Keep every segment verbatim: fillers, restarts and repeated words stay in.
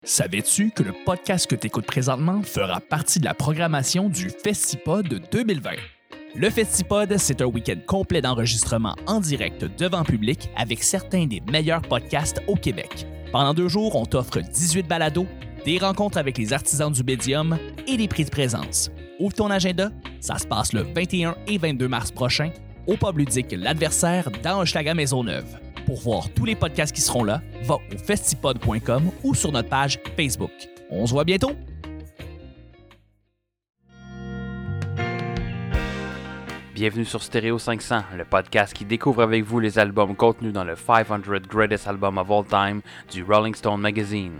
Savais-tu que le podcast que tu écoutes présentement fera partie de la programmation du Festipod deux mille vingt? Le Festipod, c'est un week-end complet d'enregistrement en direct devant public avec certains des meilleurs podcasts au Québec. Pendant deux jours, on t'offre dix-huit balados, des rencontres avec les artisans du médium et des prix de présence. Ouvre ton agenda, ça se passe le vingt et un et vingt-deux mars prochain au pub ludique L'Adversaire dans Hochelaga Maisonneuve. Pour voir tous les podcasts qui seront là, va au festipod point com ou sur notre page Facebook. On se voit bientôt! Bienvenue sur Stéréo cinq cents, le podcast qui découvre avec vous les albums contenus dans le cinq cents Greatest Album of All Time du Rolling Stone Magazine.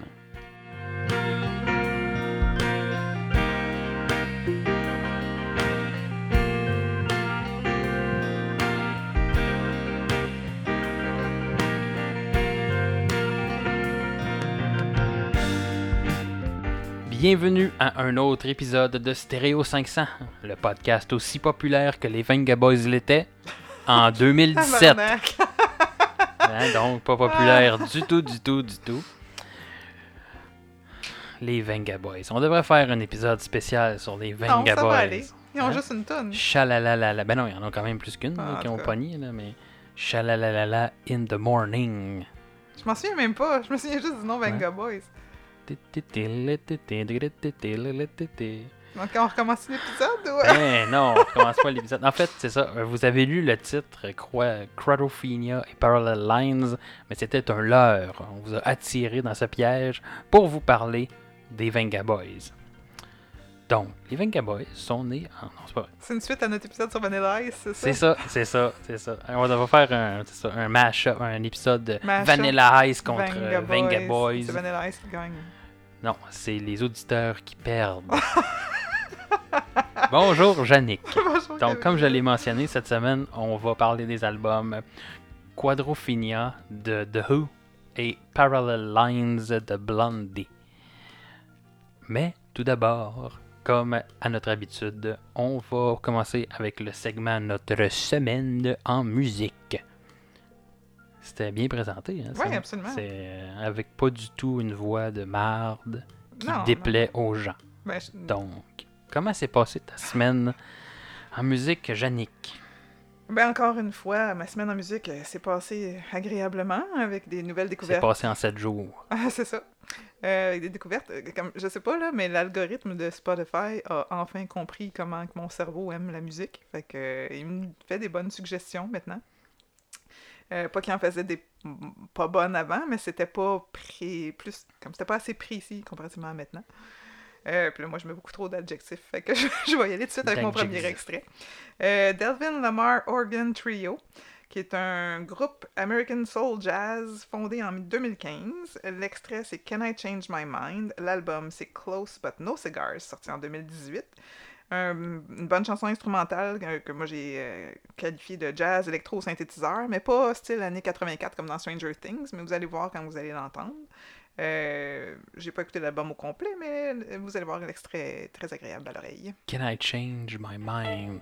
Bienvenue à un autre épisode de Stéréo cinq cents, le podcast aussi populaire que les Venga Boys l'étaient en deux mille dix-sept. Hein, donc pas populaire du tout, du tout, du tout. Les Venga Boys. On devrait faire un épisode spécial sur les Venga non, ça Boys. Va aller. Ils ont hein? juste une tonne. Chalalalala. Ben non, il y en a quand même plus qu'une ah, là, qui ont pogné, là, mais Chalalalala in the morning. Je m'en souviens même pas. Je me souviens juste du nom Venga ouais. Boys. Donc on recommence l'épisode ou... Eh non, on recommence pas l'épisode. En fait, c'est ça. Vous avez lu le titre Quadrophenia et Parallel Lines, mais c'était un leurre. On vous a attiré dans ce piège pour vous parler des Venga Boys. Donc, les Venga Boys sont nés en... Non, c'est pas vrai. C'est une suite à notre épisode sur Vanilla Ice, c'est ça? C'est ça, c'est ça, c'est ça. On va faire un, c'est ça, un mash-up, un épisode de mash-up, Vanilla Ice contre Venga, Venga Boys. Boys. C'est Vanilla Ice qui gagne. Non, c'est les auditeurs qui perdent. Bonjour, Yannick. Bonjour, donc, comme je l'ai mentionné, cette semaine, on va parler des albums Quadrophenia de The Who et Parallel Lines de Blondie. Mais, tout d'abord, comme à notre habitude, on va commencer avec le segment Notre semaine en musique. C'était bien présenté, hein? Oui, absolument. C'est euh, avec pas du tout une voix de marde qui non, déplaît non. aux gens. Ben, je... Donc, comment s'est passée ta semaine en musique, Yannick? Ben, encore une fois, ma semaine en musique s'est passée agréablement avec des nouvelles découvertes. C'est passé en sept jours. Ah, c'est ça. Euh, avec des découvertes, comme, je sais pas, là, mais l'algorithme de Spotify a enfin compris comment que mon cerveau aime la musique. Fait que, euh, il me fait des bonnes suggestions maintenant. Euh, pas qu'il en faisait des pas bonnes avant, mais c'était pas pré... plus comme c'était pas assez précis comparativement à maintenant. Euh, puis là, moi, je mets beaucoup trop d'adjectifs. Fait que je, je vais y aller tout de suite avec mon premier extrait. Euh, Delvin Lamar Organ Trio, qui est un groupe American Soul Jazz fondé en deux mille quinze. L'extrait, c'est Can I Change My Mind? L'album, c'est Close But No Cigars, sorti en deux mille dix-huit. Un, une bonne chanson instrumentale que, que moi j'ai euh, qualifiée de jazz électro-synthétiseur, mais pas style années quatre-vingt-quatre comme dans Stranger Things, mais vous allez voir quand vous allez l'entendre. Euh, j'ai pas écouté l'album au complet, mais vous allez voir l'extrait très agréable à l'oreille. Can I change my mind?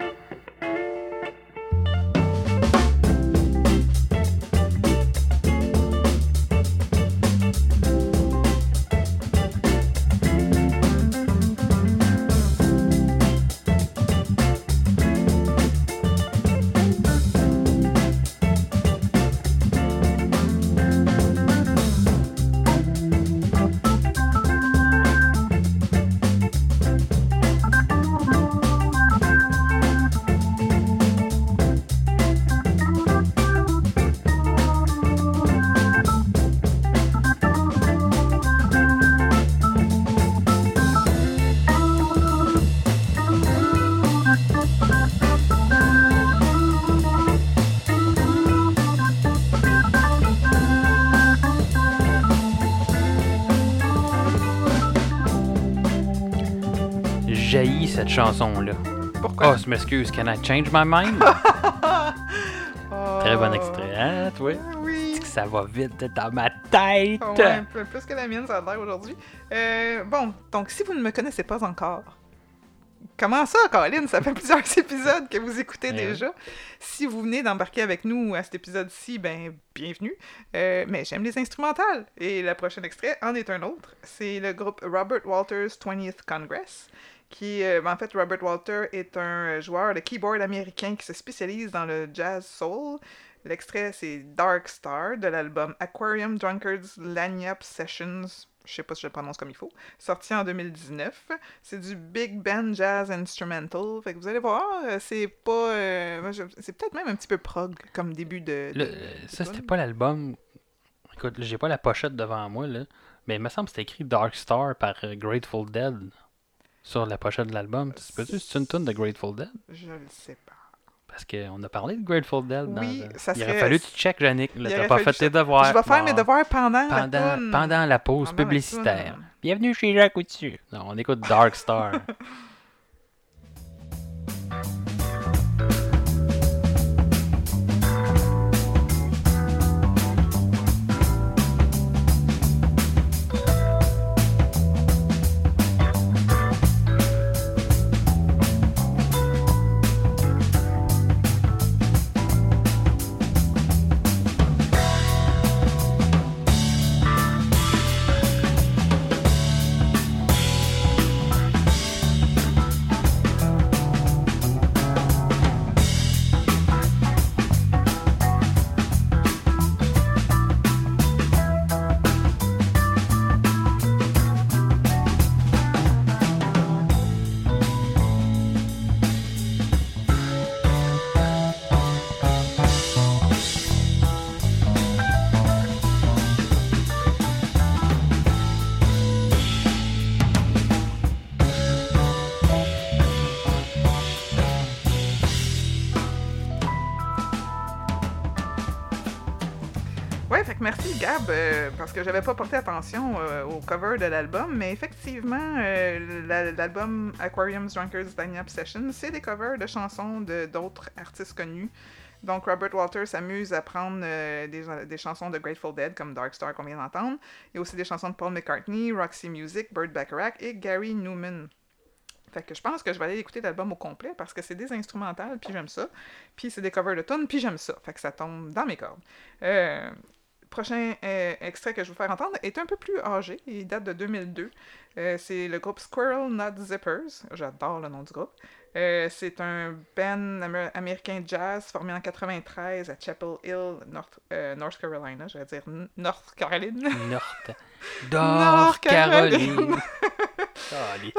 J'haïs cette chanson-là. Pourquoi? Oh, je m'excuse, Can I Change My Mind? oh. Très bon extrait, hein, toi? Oui. Que ça va vite dans ma tête! Oh, ouais, un peu plus que la mienne, ça a l'air aujourd'hui. Euh, bon, donc si vous ne me connaissez pas encore, Comment ça, Colin? Ça fait plusieurs épisodes que vous écoutez Eh déjà. oui. Si vous venez d'embarquer avec nous à cet épisode-ci, ben, bienvenue. Euh, mais j'aime les instrumentales. Et le prochain extrait en est un autre. C'est le groupe Robert Walters twentieth Congress. Qui, euh, en fait, Robert Walters est un joueur de keyboard américain qui se spécialise dans le jazz soul. L'extrait, c'est Dark Star de l'album Aquarium Drunkards Lagniappe Sessions. Je sais pas si je le prononce comme il faut. Sorti en deux mille dix-neuf. C'est du Big Band Jazz Instrumental. Fait que vous allez voir, c'est pas... Euh, c'est peut-être même un petit peu prog comme début de... Le- de- ça, de- c'était pas l'album. Écoute, j'ai pas la pochette devant moi, là. Mais il me semble que c'était écrit Dark Star par euh, Grateful Dead sur la pochette de l'album. Tu peux-tu, c'est une tune de Grateful Dead? Je le sais pas. Parce qu'on a parlé de Grateful Dead. Oui, dans, ça Il aurait serait- fallu que tu checkes, Yannick. Il Là, aurait t'as pas fallu fait que tes je- devoirs. Je vais faire Bon. mes devoirs pendant, la pendant, toune. pendant la pause Pendant la publicitaire. toune. Bienvenue chez Jacques Coutu. Non, on écoute Dark Star. Ouais, fait que merci Gab, euh, parce que j'avais pas porté attention euh, au cover de l'album, mais effectivement, euh, la- l'album Aquarium's Drunkards Lagniappe Session, c'est des covers de chansons de d'autres artistes connus. Donc Robert Walters s'amuse à prendre euh, des, des chansons de Grateful Dead, comme Dark Star qu'on vient d'entendre. Il y a aussi des chansons de Paul McCartney, Roxy Music, Burt Bacharach et Gary Newman. Fait que je pense que je vais aller écouter l'album au complet parce que c'est des instrumentales, puis j'aime ça. Puis c'est des covers de tunes, puis j'aime ça. Fait que ça tombe dans mes cordes. Euh, prochain euh, extrait que je vais vous faire entendre est un peu plus âgé. Il date de deux mille deux. Euh, c'est le groupe Squirrel Nut Zippers. J'adore le nom du groupe. Euh, c'est un band amé- américain jazz formé en quatre-vingt-treize à Chapel Hill, North, euh, North Carolina. Je vais dire N- North Caroline. North. North North Caroline. Caroline. Caliste.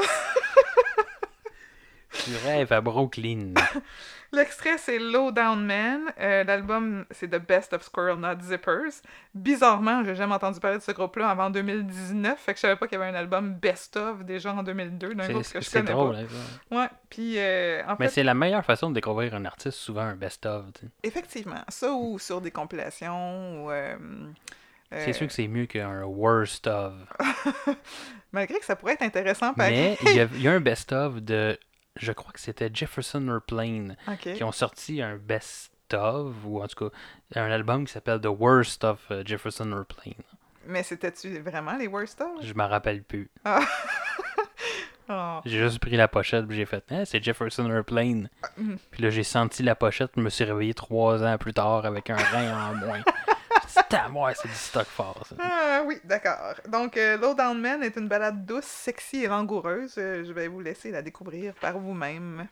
Tu rêves à Brooklyn. L'extrait, c'est Low Down Man. Euh, L'album, c'est The Best of Squirrel Nut Zippers. Bizarrement, j'ai jamais entendu parler de ce groupe-là avant deux mille dix-neuf, fait que je savais pas qu'il y avait un album Best of déjà en deux mille deux d'un C'est, groupe que je c'est connais drôle, pas. hein, ça. Ouais, puis euh, en Mais fait, c'est la meilleure façon de découvrir un artiste, souvent un best-of. Tu sais. effectivement, ça ou sur des compilations ou... euh, C'est euh, sûr que c'est mieux qu'un worst of. malgré que ça pourrait être intéressant, pareil. Mais il y, a, il y a un best-of de. Je crois que c'était Jefferson Airplane Ok. qui ont sorti un best-of, ou en tout cas un album qui s'appelle The Worst of euh, Jefferson Airplane. Mais c'était-tu vraiment les worst of? Je m'en rappelle plus. Ah. Oh. J'ai juste pris la pochette et j'ai fait ah, c'est Jefferson Airplane. mm. Puis là, j'ai senti la pochette, je me suis réveillé trois ans plus tard avec un rein en moins. C'était à moi, c'est du stock fort, ça. Ah oui, d'accord. Donc, euh, Low Down Man est une balade douce, sexy et langoureuse. Euh, je vais vous laisser la découvrir par vous-même.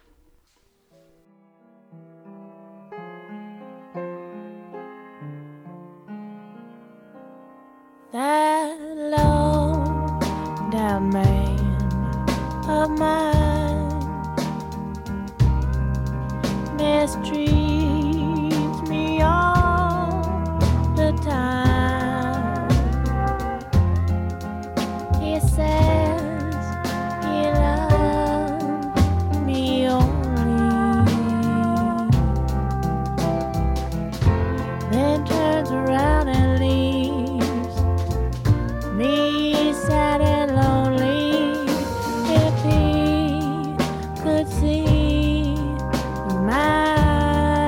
That low down man of mine mistreats me all the time. He says he loves me only, then turns around and leaves me sad and lonely. If he could see my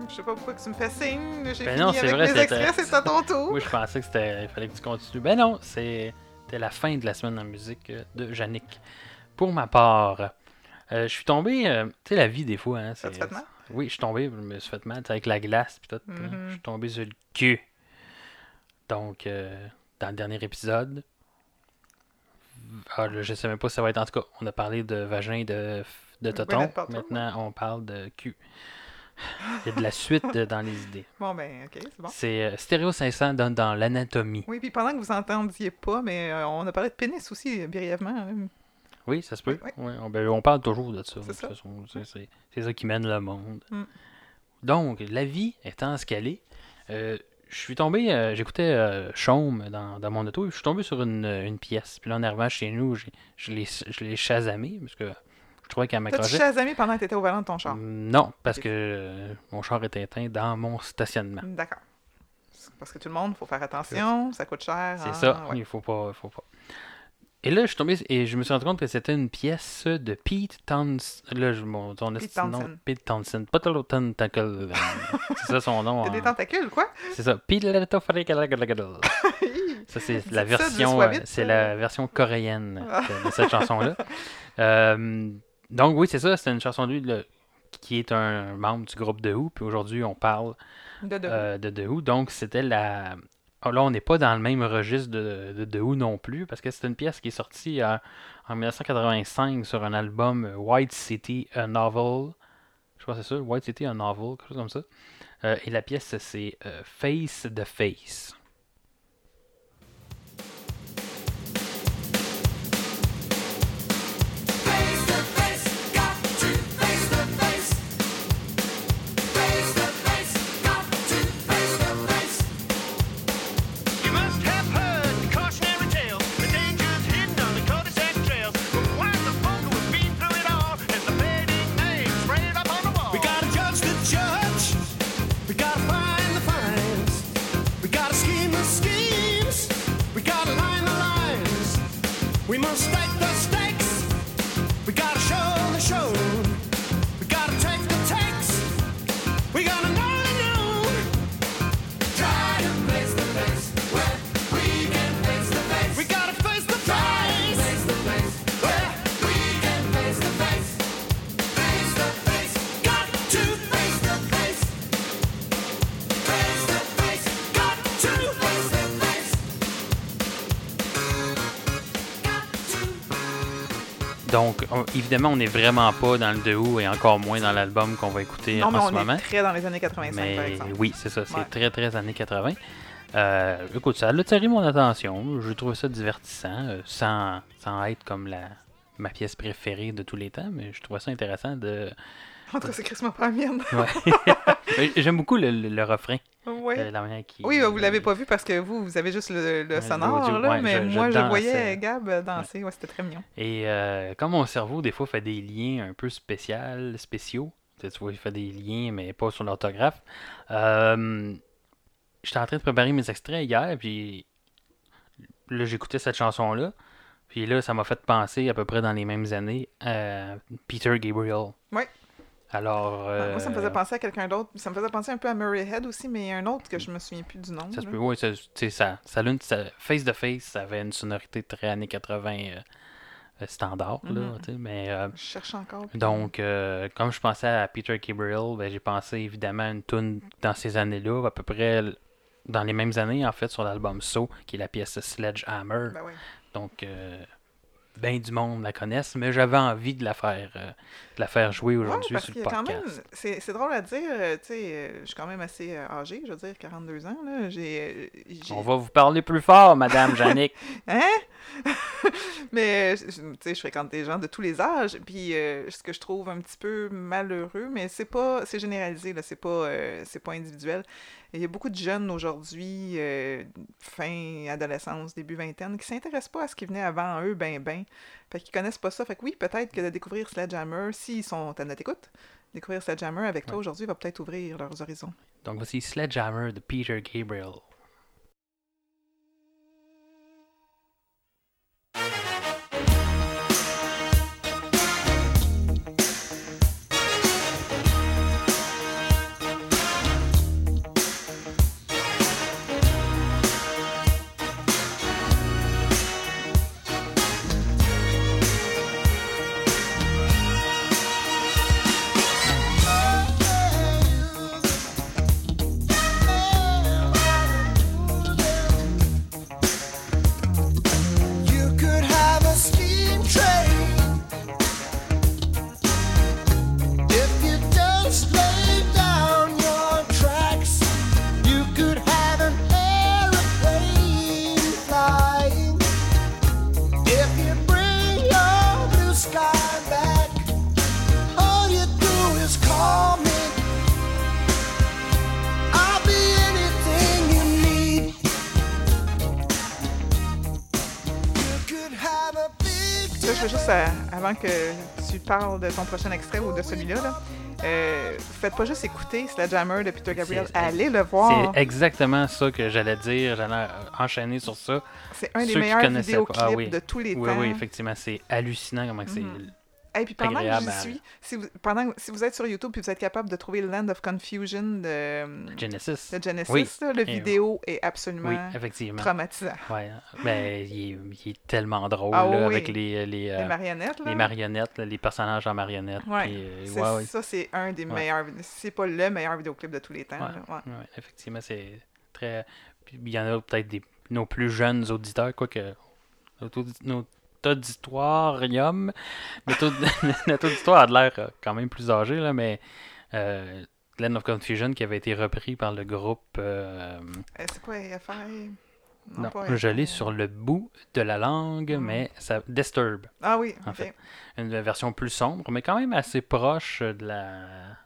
Je sais pas pourquoi tu me fais signe. J'ai Ben fini non, c'est avec vrai, mes c'était- extraits, c'est à ton tour. Moi, je pensais que c'était. Il fallait que tu continues. Ben non, c'est- c'était la fin de la semaine en musique euh, de Yannick. Pour ma part, euh, je suis tombé. euh, tu sais, la vie, des fois. Hein, Ça te c'est- fait mal? Oui, je suis tombé. Je me suis fait mal tu sais, avec la glace. Puis tout. hein, Mhm. Je suis tombé sur le cul. Donc, euh, dans le dernier épisode. Ah, là, je sais même pas si ça va être. En tout cas, on a parlé de vagin et de, de toton. Gwyneth Paltrow, Maintenant, on parle de cul. Il y a de la suite euh, dans les idées. Bon, ben, ok, c'est bon. C'est euh, Stéréo cinq cents dans, dans l'anatomie. Oui, puis pendant que vous entendiez pas, mais euh, on a parlé de pénis aussi, euh, brièvement. hein. Oui, ça se peut. Oui, Ouais, on, ben, on parle toujours de ça. de C'est toute ça. façon. C'est, c'est- c'est ça qui mène le monde. Mm. Donc, la vie étant ce qu'elle est, euh, je suis tombé, euh, j'écoutais euh, Chaume dans, dans mon auto, et je suis tombé sur une, une pièce. Puis là, en arrivant chez nous, j'ai, je l'ai je l'ai chasamé, parce que je trouvais qu'elle T'as-tu m'accrochait. chasamé pendant que t'étais au volant de ton char? Non, parce Ok. que euh, mon char est éteint dans mon stationnement. D'accord. C'est Parce que tout le monde, faut faire attention, ça coûte cher. C'est hein, ça, ouais. il faut pas, faut pas. Et là, je suis tombé et je me suis rendu compte que c'était une pièce de Pete Townsend. Là, je, mon, son Pete esti de nom, Townsend. Pete Townsend. Pas Tolo Tentacle. euh, c'est ça son nom. T'as en- des tentacules, quoi? C'est ça. Pete Leto Fricalagalagala. Ça, c'est Dites la ça deux version, fois euh, vite, c'est euh. la version coréenne de, de cette chanson-là. Euh, donc, oui, c'est ça. C'est une chanson de lui là, qui est un membre du groupe The Who. Puis aujourd'hui, on parle De deux. euh, de The Who. Donc, c'était la. Oh, là, on n'est pas dans le même registre de, de The Who non plus, parce que c'est une pièce qui est sortie euh, en dix-neuf cent quatre-vingt-cinq sur un album euh, White City, a Novel. Je crois que c'est ça, White City, a Novel, quelque chose comme ça. Euh, et la pièce, c'est euh, Face the Face. Face the face, got to face the face. Face the face, got to face the face. You must have heard the cautionary tale, the dangers hidden on the cul-de-sac trails. But why the poker was beat through it all, and the fading names sprayed up on the wall. We gotta judge the judge. We gotta find the fines. We gotta scheme the schemes. We gotta line the lines. We must stake the stakes. We gotta show the show. We gotta take the takes. We gotta know the known. Try to face the face where we can face the face. We gotta face the face. Face the face where we can face the face. Face the face, got to face the face. Face the face, got to face the face. Got to. Donc, on- évidemment, on n'est vraiment pas dans le The Who et encore moins dans l'album qu'on va écouter Non, mais en on ce est moment. très dans les années quatre-vingt-cinq, par Mais exemple. oui, c'est ça, c'est Ouais. très très années quatre-vingt. Euh, écoute, ça a attiré mon attention. Je trouve ça divertissant, euh, sans, sans être comme la ma pièce préférée de tous les temps, mais je trouvais ça intéressant de. En tout cas, c'est Christmas pas la mienne. Ouais. Mais j'aime beaucoup le, le- le refrain, Ouais. euh, la manière qui. Oui, bah, vous l'avez pas vu parce que vous, vous avez juste le, le Ouais, sonore, l'audio, là, ouais, mais je- je moi, je dansais. voyais Gab danser. Ouais, c'était très mignon. Et euh, comme mon cerveau, des fois, fait des liens un peu spécial, spéciaux, tu sais, tu vois, il fait des liens, mais pas sur l'orthographe. Euh, J'étais en train de préparer mes extraits hier, puis là, j'écoutais cette chanson-là. Puis là, ça m'a fait penser à peu près dans les mêmes années à Peter Gabriel. Oui. Alors. Ouais, Moi, ça me faisait euh, penser à quelqu'un d'autre. Ça me faisait penser un peu à Murray Head aussi, mais il y a un autre que je me souviens plus du nom. Ça se là. peut, oui, ça, tu sais, ça, ça, a une- ça- Face to Face, ça avait une sonorité très années quatre-vingt euh, euh, standard, là, Mhm. tu sais, mais. euh, Je cherche encore. puis- Donc, euh, comme je pensais à Peter Gabriel, ben, j'ai pensé évidemment à une tune dans ces années-là, à peu près l- dans les mêmes années, en fait, sur l'album So, qui est la pièce Sledgehammer. Ben oui. Donc, euh, ben du monde la connaissent, mais j'avais envie de la faire, euh, de la faire jouer Ouais, aujourd'hui parce sur qu'il le y a quand même, podcast. c'est c'est drôle à dire, euh, tu sais, euh, je suis quand même assez euh, âgée, je veux dire, quarante-deux ans, là, j'ai... euh, j'ai- On va vous parler plus fort, Madame Jannick. Hein? mais, je- je- tu sais, je fréquente des gens de tous les âges, puis euh, ce que je trouve un petit peu malheureux, mais c'est pas, c'est généralisé, là, c'est pas, euh, c'est pas individuel. Il y a beaucoup de jeunes aujourd'hui, euh, fin adolescence, début vingtaine, qui s'intéressent pas à ce qui venait avant eux, ben ben. Fait qu'ils connaissent pas ça. Fait que oui, peut-être que de découvrir Sledgehammer, s'ils sont à notre écoute, découvrir Sledgehammer avec toi Ouais. aujourd'hui va peut-être ouvrir leurs horizons. Donc, voici Sledgehammer de Peter Gabriel. juste à- avant que tu parles de ton prochain extrait ou de celui-là, là, euh, faites pas juste écouter Sledgehammer de Peter Gabriel, C'est- allez le voir. C'est exactement ça que j'allais dire. J'allais euh, enchaîner sur ça. C'est un des ceux qui meilleurs connaissaient pas- vidéoclips ah oui. de tous les Oui, temps. oui, effectivement. C'est hallucinant comment que c'est. Mhm. Et puis pendant agréable que à- j'y suis, si vous, pendant, si vous êtes sur YouTube et vous êtes capable de trouver Land of Confusion de, Genesis. de Genesis, Oui. là, le Et- vidéo est absolument Oui, effectivement. traumatisant. Ouais, mais il est, il est tellement drôle Ah là, oui. avec les, les, euh, Les marionnettes, là. les marionnettes, là, les personnages en marionnettes. Ouais. puis, euh, C'est- ouais, ouais. Ça, c'est un des Ouais. meilleurs, vid- c'est pas le meilleur vidéoclip de tous les temps. Ouais. là. Ouais. Ouais, effectivement, c'est très. Puis il y en a peut-être des nos plus jeunes auditeurs, quoique notre, audi- notre auditorium, notre, aud- notre auditoire a de l'air euh, quand même plus âgé, là, mais euh, Land of Confusion qui avait été repris par le groupe. euh, Euh, c'est quoi A F I? non, pas je l'ai A F I. sur le bout de la langue, Mm. mais ça Disturb. Ah oui, en ok. fait. Une version plus sombre, mais quand même assez proche de la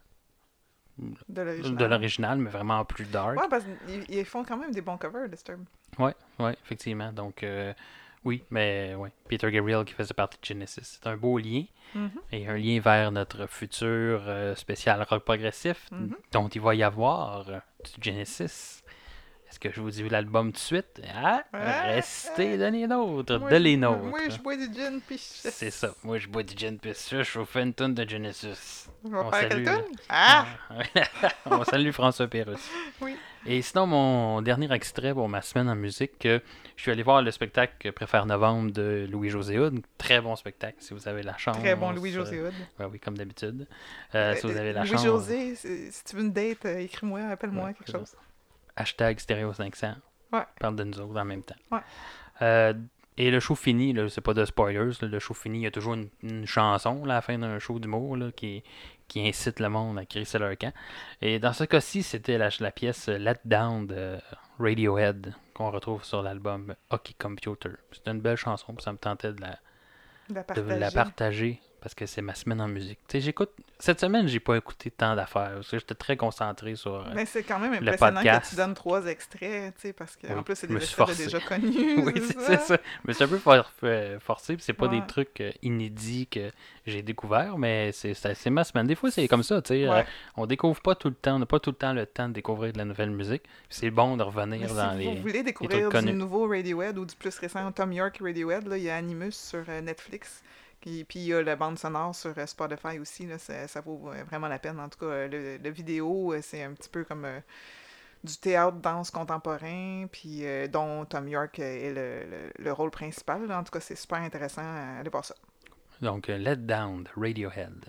De l'original. de l'original, mais vraiment plus dark. Ouais, parce qu'ils ils font quand même des bons covers, Disturb. Ouais, ouais, effectivement. Donc, euh, oui, mais ouais. Peter Gabriel qui faisait partie de Genesis. C'est un beau lien Mhm. et un lien vers notre futur euh, spécial rock progressif, Mhm. dont il va y avoir euh, du Genesis. Est-ce que je vous dis l'album tout de suite? Ah, Ouais, restez de les nôtres, Moi, de je- les nôtres. Moi, je bois du gin, puis je... C'est ça. Moi, je bois du gin puis ça, je vous fais une tonne de Genesis. On va On faire salue, quelle tune? Ah! On salue François Pérusse. Oui. Et sinon, mon dernier extrait pour ma semaine en musique, euh, je suis allé voir le spectacle Préfère Novembre de Louis-José Hood. Très bon spectacle, si vous avez la chance. Très bon Louis-José euh, Hood. ouais, oui, comme d'habitude. Euh, si vous avez la chance. Louis-José, c'est- si tu veux une date, euh, écris-moi, appelle-moi, Ouais, quelque c'est chose. Hashtag Stéréo cinq cents. Ouais. Parle de nous autres en même temps. Ouais. Euh, et le show fini, là, c'est pas de spoilers, là, le show fini, il y a toujours une, une chanson là, à la fin d'un show d'humour là, qui, qui incite le monde à crisser leur camp. Et dans ce cas-ci, c'était la, la pièce Let Down de Radiohead qu'on retrouve sur l'album Hockey Computer. C'est une belle chanson, puis ça me tentait de la, De la de partager. la partager parce que c'est ma semaine en musique. Tu sais, j'écoute cette semaine, j'ai pas écouté tant d'affaires parce que j'étais très concentré sur euh, Mais c'est quand même impressionnant que podcast. tu donnes trois extraits, tu sais, parce que Oui, en plus, c'est je me des suis extraits de forcé. déjà connus. oui, c'est c'est ça. Mais c'est un peu for- euh, forcé, puis c'est pas Ouais. des trucs euh, inédits que j'ai découverts, mais c'est c'est c'est ma semaine. Des fois, c'est comme ça, tu sais. Ouais. euh, on découvre pas tout le temps, on n'a pas tout le temps le temps de découvrir de la nouvelle musique. Puis c'est bon de Mais revenir si dans vous les. voulez découvrir trucs du connus. nouveau Radiohead ou du plus récent Tom York Radiohead, là, il y a Animus sur euh, Netflix. Puis puis il y a la bande sonore sur euh, Spotify aussi. Là, ça, ça vaut euh, vraiment la peine. En tout cas, euh, le, le vidéo, euh, c'est un petit peu comme euh, du théâtre danse contemporain, puis euh, dont Tom York euh, est le, le- le rôle principal. là. En tout cas, c'est super intéressant. euh, Allez voir ça. Donc, euh, Let Down de Radiohead.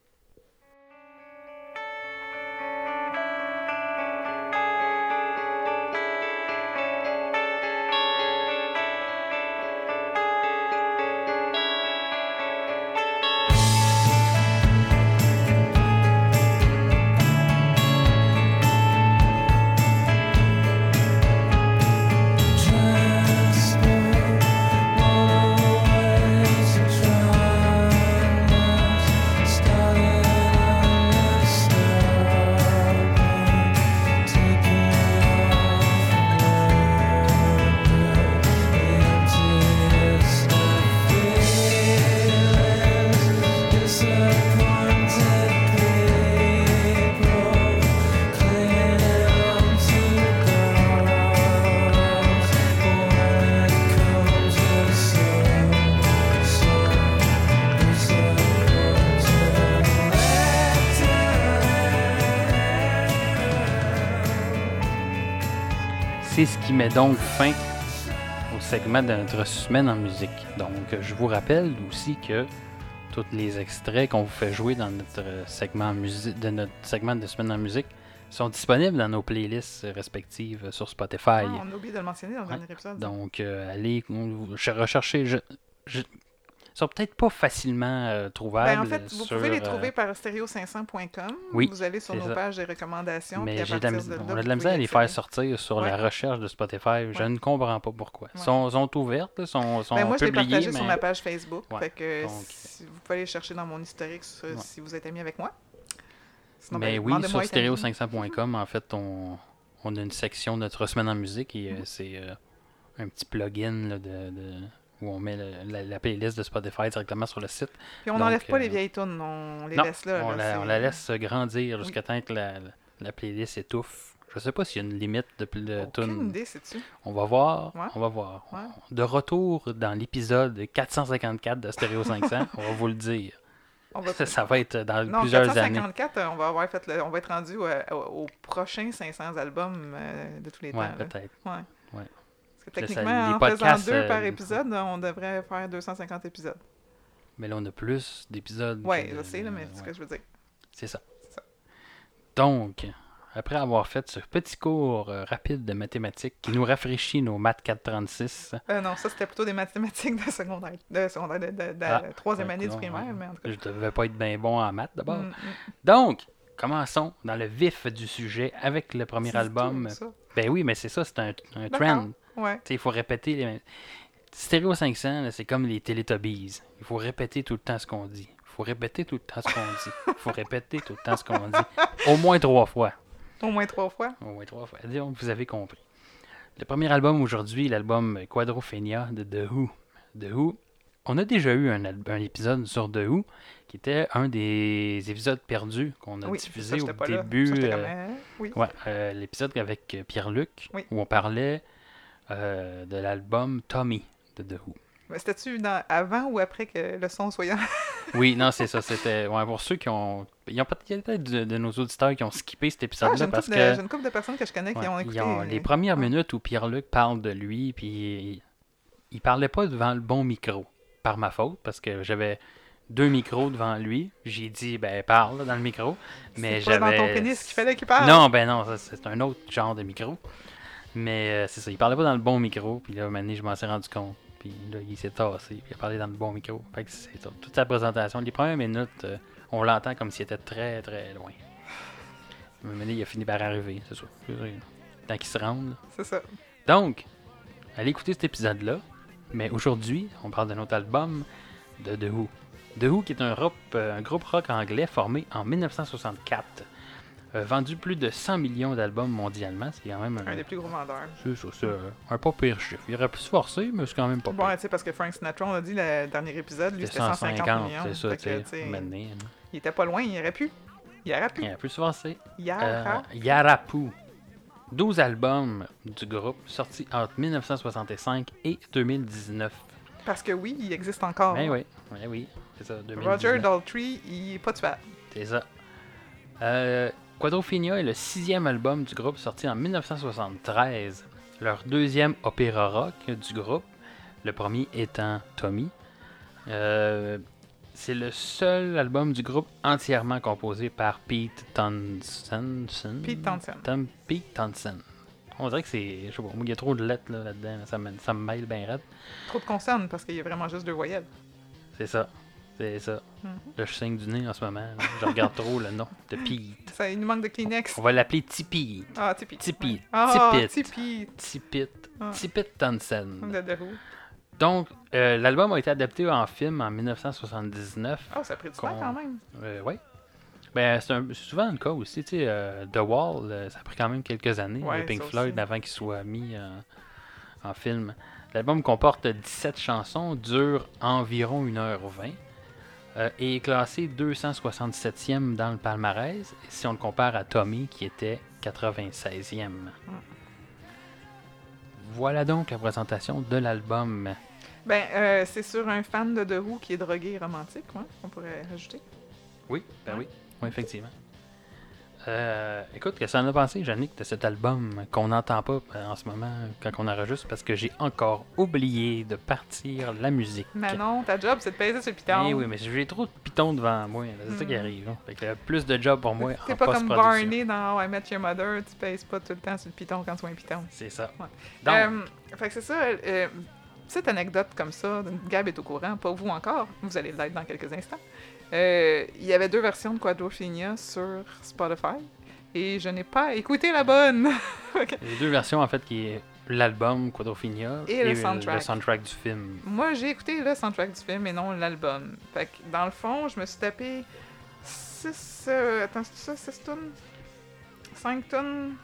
Just one always try. Started on the start, taking off the emptiest of feelings, disappointed people clinging on to goals. When it comes to so, so C'est ce qui met donc fin au segment de notre semaine en musique. Donc, je vous rappelle aussi que tous les extraits qu'on vous fait jouer dans notre segment en musique, de notre segment de semaine en musique sont disponibles dans nos playlists respectives sur Spotify. Ah, on a oublié de le mentionner dans le Ouais. dernier épisode. Donc, euh, allez on- je- rechercher. Je, je- ils sont peut-être pas facilement euh, trouvables. Ben, en fait, vous sur, pouvez les euh, trouver par stéréo cinq cents point com. Oui, vous allez sur c'est nos ça. pages de recommandations. puis Mais à j'ai de la partir mis- de là, on vous a de la misère à pouvez les faire accéder. sortir sur Ouais. la recherche de Spotify. Je Ouais. ne comprends pas pourquoi. Ils Ouais. sont, sont ouvertes, là, sont, sont Ben, moi, je l'ai publiées, partagé mais sur ma page Facebook. Ouais, Fait que donc, si- vous pouvez aller chercher dans mon historique sur- Ouais. si vous êtes ami avec moi. Sinon, mais ben, oui, demandez-moi sur être stéréo ami. cinq cents point com, en fait, on, on a une section de notre semaine en musique et euh, c'est euh, un petit plugin là, de, de- où on met le- la, la playlist de Spotify directement sur le site. Puis on Donc, n'enlève pas euh, les vieilles tunes, on les non, laisse là. on, là, la, c'est- on la laisse grandir jusqu'à temps que la, la, la playlist étouffe. Je sais pas s'il y a une limite de, de Aucune tunes. idée, sais-tu? On va voir. Ouais. On va voir. Ouais. De retour dans l'épisode quatre cent cinquante-quatre de Stéréo cinq cents, on va vous le dire. On va... Ça, ça va être dans Non, plusieurs années. quatre cent cinquante-quatre, euh, on va avoir fait le- on va être rendu au, au- au prochain cinq cents albums euh, de tous les Ouais, temps. là. peut-être. Ouais. Ouais. Parce que Ça, techniquement, les en podcasts, faisant deux euh, par épisode, on devrait faire deux cent cinquante épisodes. Mais là, on a plus d'épisodes. Ouais, que je de- sais, là, mais c'est ce ouais. que je veux dire. C'est ça. C'est ça. Donc, après avoir fait ce petit cours euh, rapide de mathématiques qui nous rafraîchit nos maths quatre trente-six, Euh, non, ça, c'était plutôt des mathématiques de secondaire, de secondaire, de, de- de Ah, la troisième ouais, année du non, primaire, ouais. mais en tout cas. je devais pas être bien bon en maths d'abord. Mm, mm. Donc, commençons dans le vif du sujet avec le premier C'est album. tout, ça. Ben oui, mais c'est ça, c'est un, un D'accord. trend. Ouais. Tu sais, il faut répéter les mêmes. Stéréo cinq cents, là, c'est comme les Teletubbies. Il faut répéter tout le temps ce qu'on dit. Il faut répéter tout le temps ce qu'on dit. Il faut répéter tout le temps ce qu'on dit. Au moins trois fois. Au moins trois fois. Au moins trois fois. Disons que vous avez compris. Le premier album aujourd'hui, l'album Quadrophenia de The Who. The Who. On a déjà eu un, al- un épisode sur The Who qui était un des épisodes perdus qu'on a Oui, diffusé ça, au j'étais pas là. début. Ça, j'étais euh, comme, hein, oui. Ouais, euh, l'épisode avec euh, Pierre-Luc, Oui. où on parlait euh, de l'album Tommy de The Who. Mais c'était-tu dans- avant ou après que le son soit... Oui, non, c'est ça. C'était ouais, pour ceux qui ont. Il y a peut-être de, de nos auditeurs qui ont skippé cet Ah, épisode-là j'ai une, parce couple que. de- j'ai une couple de personnes que je connais qui ouais, ont ils écouté. ont- euh, les premières ouais. minutes où Pierre-Luc parle de lui, puis il, il parlait pas devant le bon micro. Par ma faute, parce que j'avais deux micros devant lui. J'ai dit, ben, parle dans le micro. Mais C'est pas j'avais. dans ton pénis qu'il fallait qu'il parle. Non, ben non, ça, c'est un autre genre de micro. Mais euh, c'est ça, il parlait pas dans le bon micro. Puis là, maintenant, je m'en suis rendu compte. Puis là, il s'est tassé. Puis il a parlé dans le bon micro. Fait que c'est ça. Toute sa présentation, les premières minutes, euh, on l'entend comme s'il était très, très loin. Mais maintenant, il a fini par arriver, c'est ça. C'est ça. Tant qu'il se rende. là. C'est ça. Donc, allez écouter cet épisode-là. Mais aujourd'hui, on parle de notre album de The Who. The Who, qui est un, rock, euh, un groupe rock anglais formé en mille neuf cent soixante-quatre. Euh, vendu plus de cent millions d'albums mondialement. C'est quand même un, Un des plus gros vendeurs. c'est ça, c'est un, un pas pire chiffre. Il aurait pu se forcer, mais c'est quand même pas Bon, pire. tu sais, parce que Frank Sinatra, on a dit le dernier épisode, lui, C'est c'était cent cinquante millions. c'est ça, Fait tu que, sais. tu sais, maintenant, hein. il était pas loin, il aurait pu. Il aurait pu. Il aurait pu se forcer. Il Euh, aurait. Yarapu. douze albums du groupe sortis entre mille neuf cent soixante-cinq et deux mille dix-neuf. Parce que oui, il existe encore. Ben oui, ben oui, c'est ça, deux mille dix-neuf. Roger Daltrey, il est pas tuable. C'est ça. Euh, Quadrophenia est le sixième album du groupe sorti en mille neuf cent soixante-treize. Leur deuxième opéra rock du groupe, le premier étant Tommy. Euh, c'est le seul album du groupe entièrement composé par Pete Townshend. Pete Townshend. Tom, Pete Townshend. On dirait que c'est. Je sais pas, il y a trop de lettres là, là-dedans. là, ça, me, ça me mêle bien raide. Trop de consonnes parce qu'il y a vraiment juste deux voyelles. C'est ça. C'est ça. Mhm. Là, je saigne du nez en ce moment. là. Je regarde trop le nom de Pete. Ça, il nous manque de Kleenex. On va l'appeler Tipeee. Ah, Tipeee. Tipeee. Ouais. Ah, Tipeee. Tipeee. Tipit. Ah. Tipit Townshend. De The Who. Donc, euh, l'album a été adapté en film en mille neuf cent soixante-dix-neuf. Oh, ça a pris du temps Qu'on- quand même. Euh, ouais. Ben, c'est un- c'est souvent le cas aussi. Tu sais, euh, The Wall, euh, ça a pris quand même quelques années, Ouais, le Pink ça Floyd, aussi. avant qu'il soit mis en, en film. L'album comporte dix-sept chansons, dure environ une heure vingt euh, et est classé deux cent soixante-septième dans le palmarès, si on le compare à Tommy, qui était quatre-vingt-seizième. Mm. Voilà donc la présentation de l'album. Ben, euh, c'est sur un fan de The Who qui est drogué et romantique, ouais, on pourrait rajouter. Oui, ben Ouais. oui, oui, effectivement. Euh, écoute, qu'est-ce que ça en a pensé, Yannick, de cet album qu'on n'entend pas euh, en ce moment quand on enregistre parce que j'ai encore oublié de partir la musique. Manon, ta job, c'est de peser sur le piton. Eh oui, mais j'ai trop de pitons devant moi, là, c'est ça qui Mm. arrive. Là. Fait que euh, plus de job pour moi T'es en pas comme post-production. Barney dans How I Met Your Mother, tu pèses pas tout le temps sur le piton quand tu vois un piton. C'est ça. Ouais. Donc, Euh, fait que c'est ça. Euh, petite anecdote comme ça, Gab est au courant, pas vous encore, vous allez l'être dans quelques instants. Euh, Il y avait deux versions de Quadrophenia sur Spotify et je n'ai pas écouté la bonne. Ok. les deux versions, en fait, qui est l'album Quadrophenia Et le soundtrack. le soundtrack du film. Moi, j'ai écouté le soundtrack du film et non l'album. Fait que dans le fond, je me suis tapé six. Euh, attends, c'est ça, six tonnes? cinq tonnes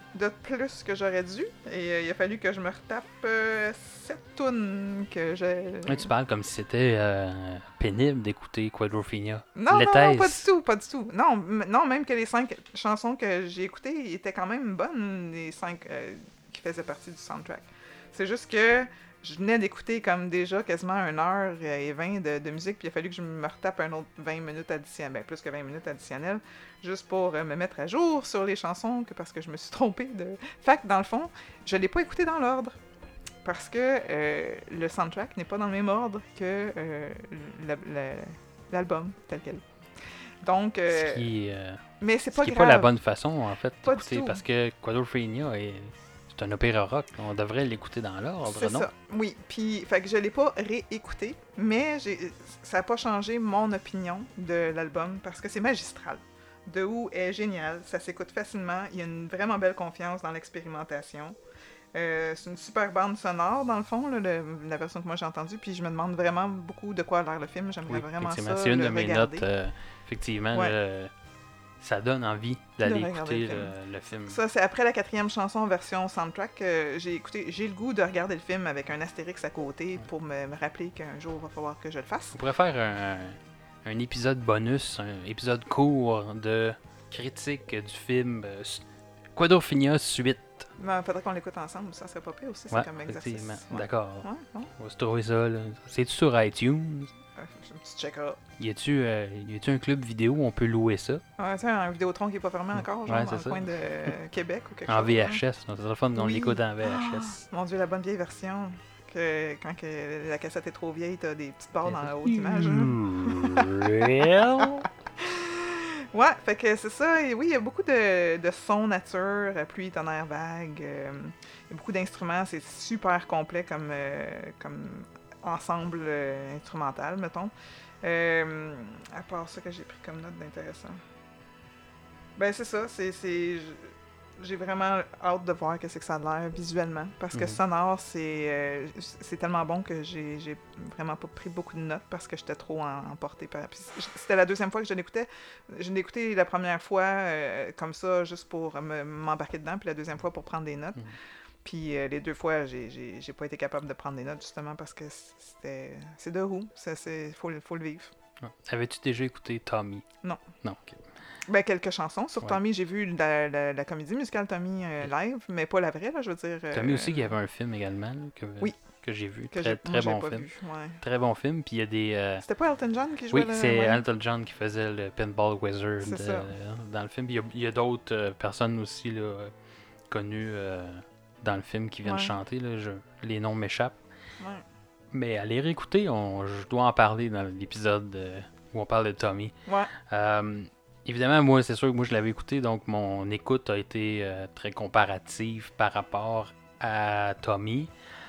de plus que j'aurais dû. Et euh, il a fallu que je me retape euh, sept tunes que j'ai. Là, tu parles comme si c'était euh, pénible d'écouter Quadrophenia. Non, non, non, L'était-ce? pas du tout, pas du tout. Non, m- non, même que les cinq chansons que j'ai écoutées étaient quand même bonnes, les cinq euh, qui faisaient partie du soundtrack. C'est juste que je venais d'écouter comme déjà quasiment une heure et vingt de, de musique, puis il a fallu que je me retape un autre vingt minutes additionnelles, ben plus que vingt minutes additionnelles, juste pour euh, me mettre à jour sur les chansons, que parce que je me suis trompée de... Fait que dans le fond, je l'ai pas écouté dans l'ordre. Parce que euh, le soundtrack n'est pas dans le même ordre que euh, la- la- l'album tel quel. Donc, euh, Ce qui, euh, mais c'est ce pas qui est grave. pas la bonne façon, en fait, Pas du d'écouter, tout. parce que Quadrophenia est c'est un opéra rock. On devrait l'écouter dans l'ordre, C'est non? ça. Oui, puis fait que je l'ai pas réécouté, mais j'ai ça a pas changé mon opinion de l'album parce que c'est magistral. The Who est génial, ça s'écoute facilement, il y a une vraiment belle confiance dans l'expérimentation. Euh, c'est une super bande sonore, dans le fond, là, le- la version que moi j'ai entendue, puis je me demande vraiment beaucoup de quoi a l'air le film. J'aimerais Oui, vraiment effectivement. ça C'est une le de mes regarder. notes, euh, effectivement. Ouais. le- ça donne envie d'aller De regarder écouter le le, le film. Ça, c'est après la quatrième chanson version soundtrack que j'ai écouté. J'ai le goût de regarder le film avec un astérix à côté pour me, me rappeler qu'un jour, il va falloir que je le fasse. On pourrait faire un, un épisode bonus, un épisode court de critique du film euh, S- Quadrophenia Suite. Il faudrait qu'on l'écoute ensemble, ça serait pas pire aussi, Ouais, c'est comme exercice. effectivement. Ouais. D'accord. Ouais, ouais. On va se trouver ça. là. C'est-tu sur iTunes? Euh, j'ai un petit check-up. Y a-tu euh, y a-tu un club vidéo où on peut louer ça? Ouais, tu sais, un Vidéotron qui est pas fermé encore, genre Ouais, dans c'est le ça. coin de Québec ou quelque En chose. V hein. H S. C'est le fun qu'on Oui. l'écoute en V H S. Ah, mon Dieu, la bonne vieille version. Que quand que la cassette est trop vieille, t'as des petites barres dans la haute image. hein. Real? Ouais, fait que c'est ça. Et oui, il y a beaucoup de, de sons nature, euh, pluie, tonnerre, vague. euh, il y a beaucoup d'instruments. C'est super complet comme, euh, comme ensemble euh, instrumental, mettons. Euh, à part ça que j'ai pris comme note d'intéressant. Ben, c'est ça. C'est, c'est, j'ai vraiment hâte de voir qu'est-ce que ça a l'air visuellement. Parce que Mhm. sonore, c'est, euh, c'est tellement bon que j'ai, j'ai vraiment pas pris beaucoup de notes parce que j'étais trop en- emportée par. Puis c'était la deuxième fois que je l'écoutais. Je l'ai écouté la première fois euh, comme ça, juste pour me- m'embarquer dedans, puis la deuxième fois pour prendre des notes. Mhm. Puis euh, les deux fois, j'ai, j'ai, j'ai pas été capable de prendre des notes justement parce que c'était. C'est de Who. Ça, c'est, faut, le- faut le vivre. Ouais. Avais-tu déjà écouté Tommy? Non. Non, ok. Ben, quelques chansons. Sur Ouais. Tommy, j'ai vu la, la, la comédie musicale Tommy euh, live, mais pas la vraie, là, je veux dire. euh, Tommy aussi, il y avait un film également là, que, Oui. que j'ai vu. que Très, j'ai, très moi, j'ai bon pas film. vu. Ouais. Très bon film. Puis il y a des. euh, C'était pas Elton John qui jouait Oui, le... c'est ouais. Elton John qui faisait le Pinball Wizard C'est euh, ça. dans le film. Puis Il y a, il y a d'autres euh, personnes aussi là, euh, connues euh, dans le film qui viennent Ouais. chanter. Là, je- les noms m'échappent. Ouais. Mais à les réécouter, on, je dois en parler dans l'épisode euh, où on parle de Tommy. Ouais. Euh, évidemment, moi, c'est sûr que moi, je l'avais écouté, donc mon écoute a été euh, très comparative par rapport à Tommy.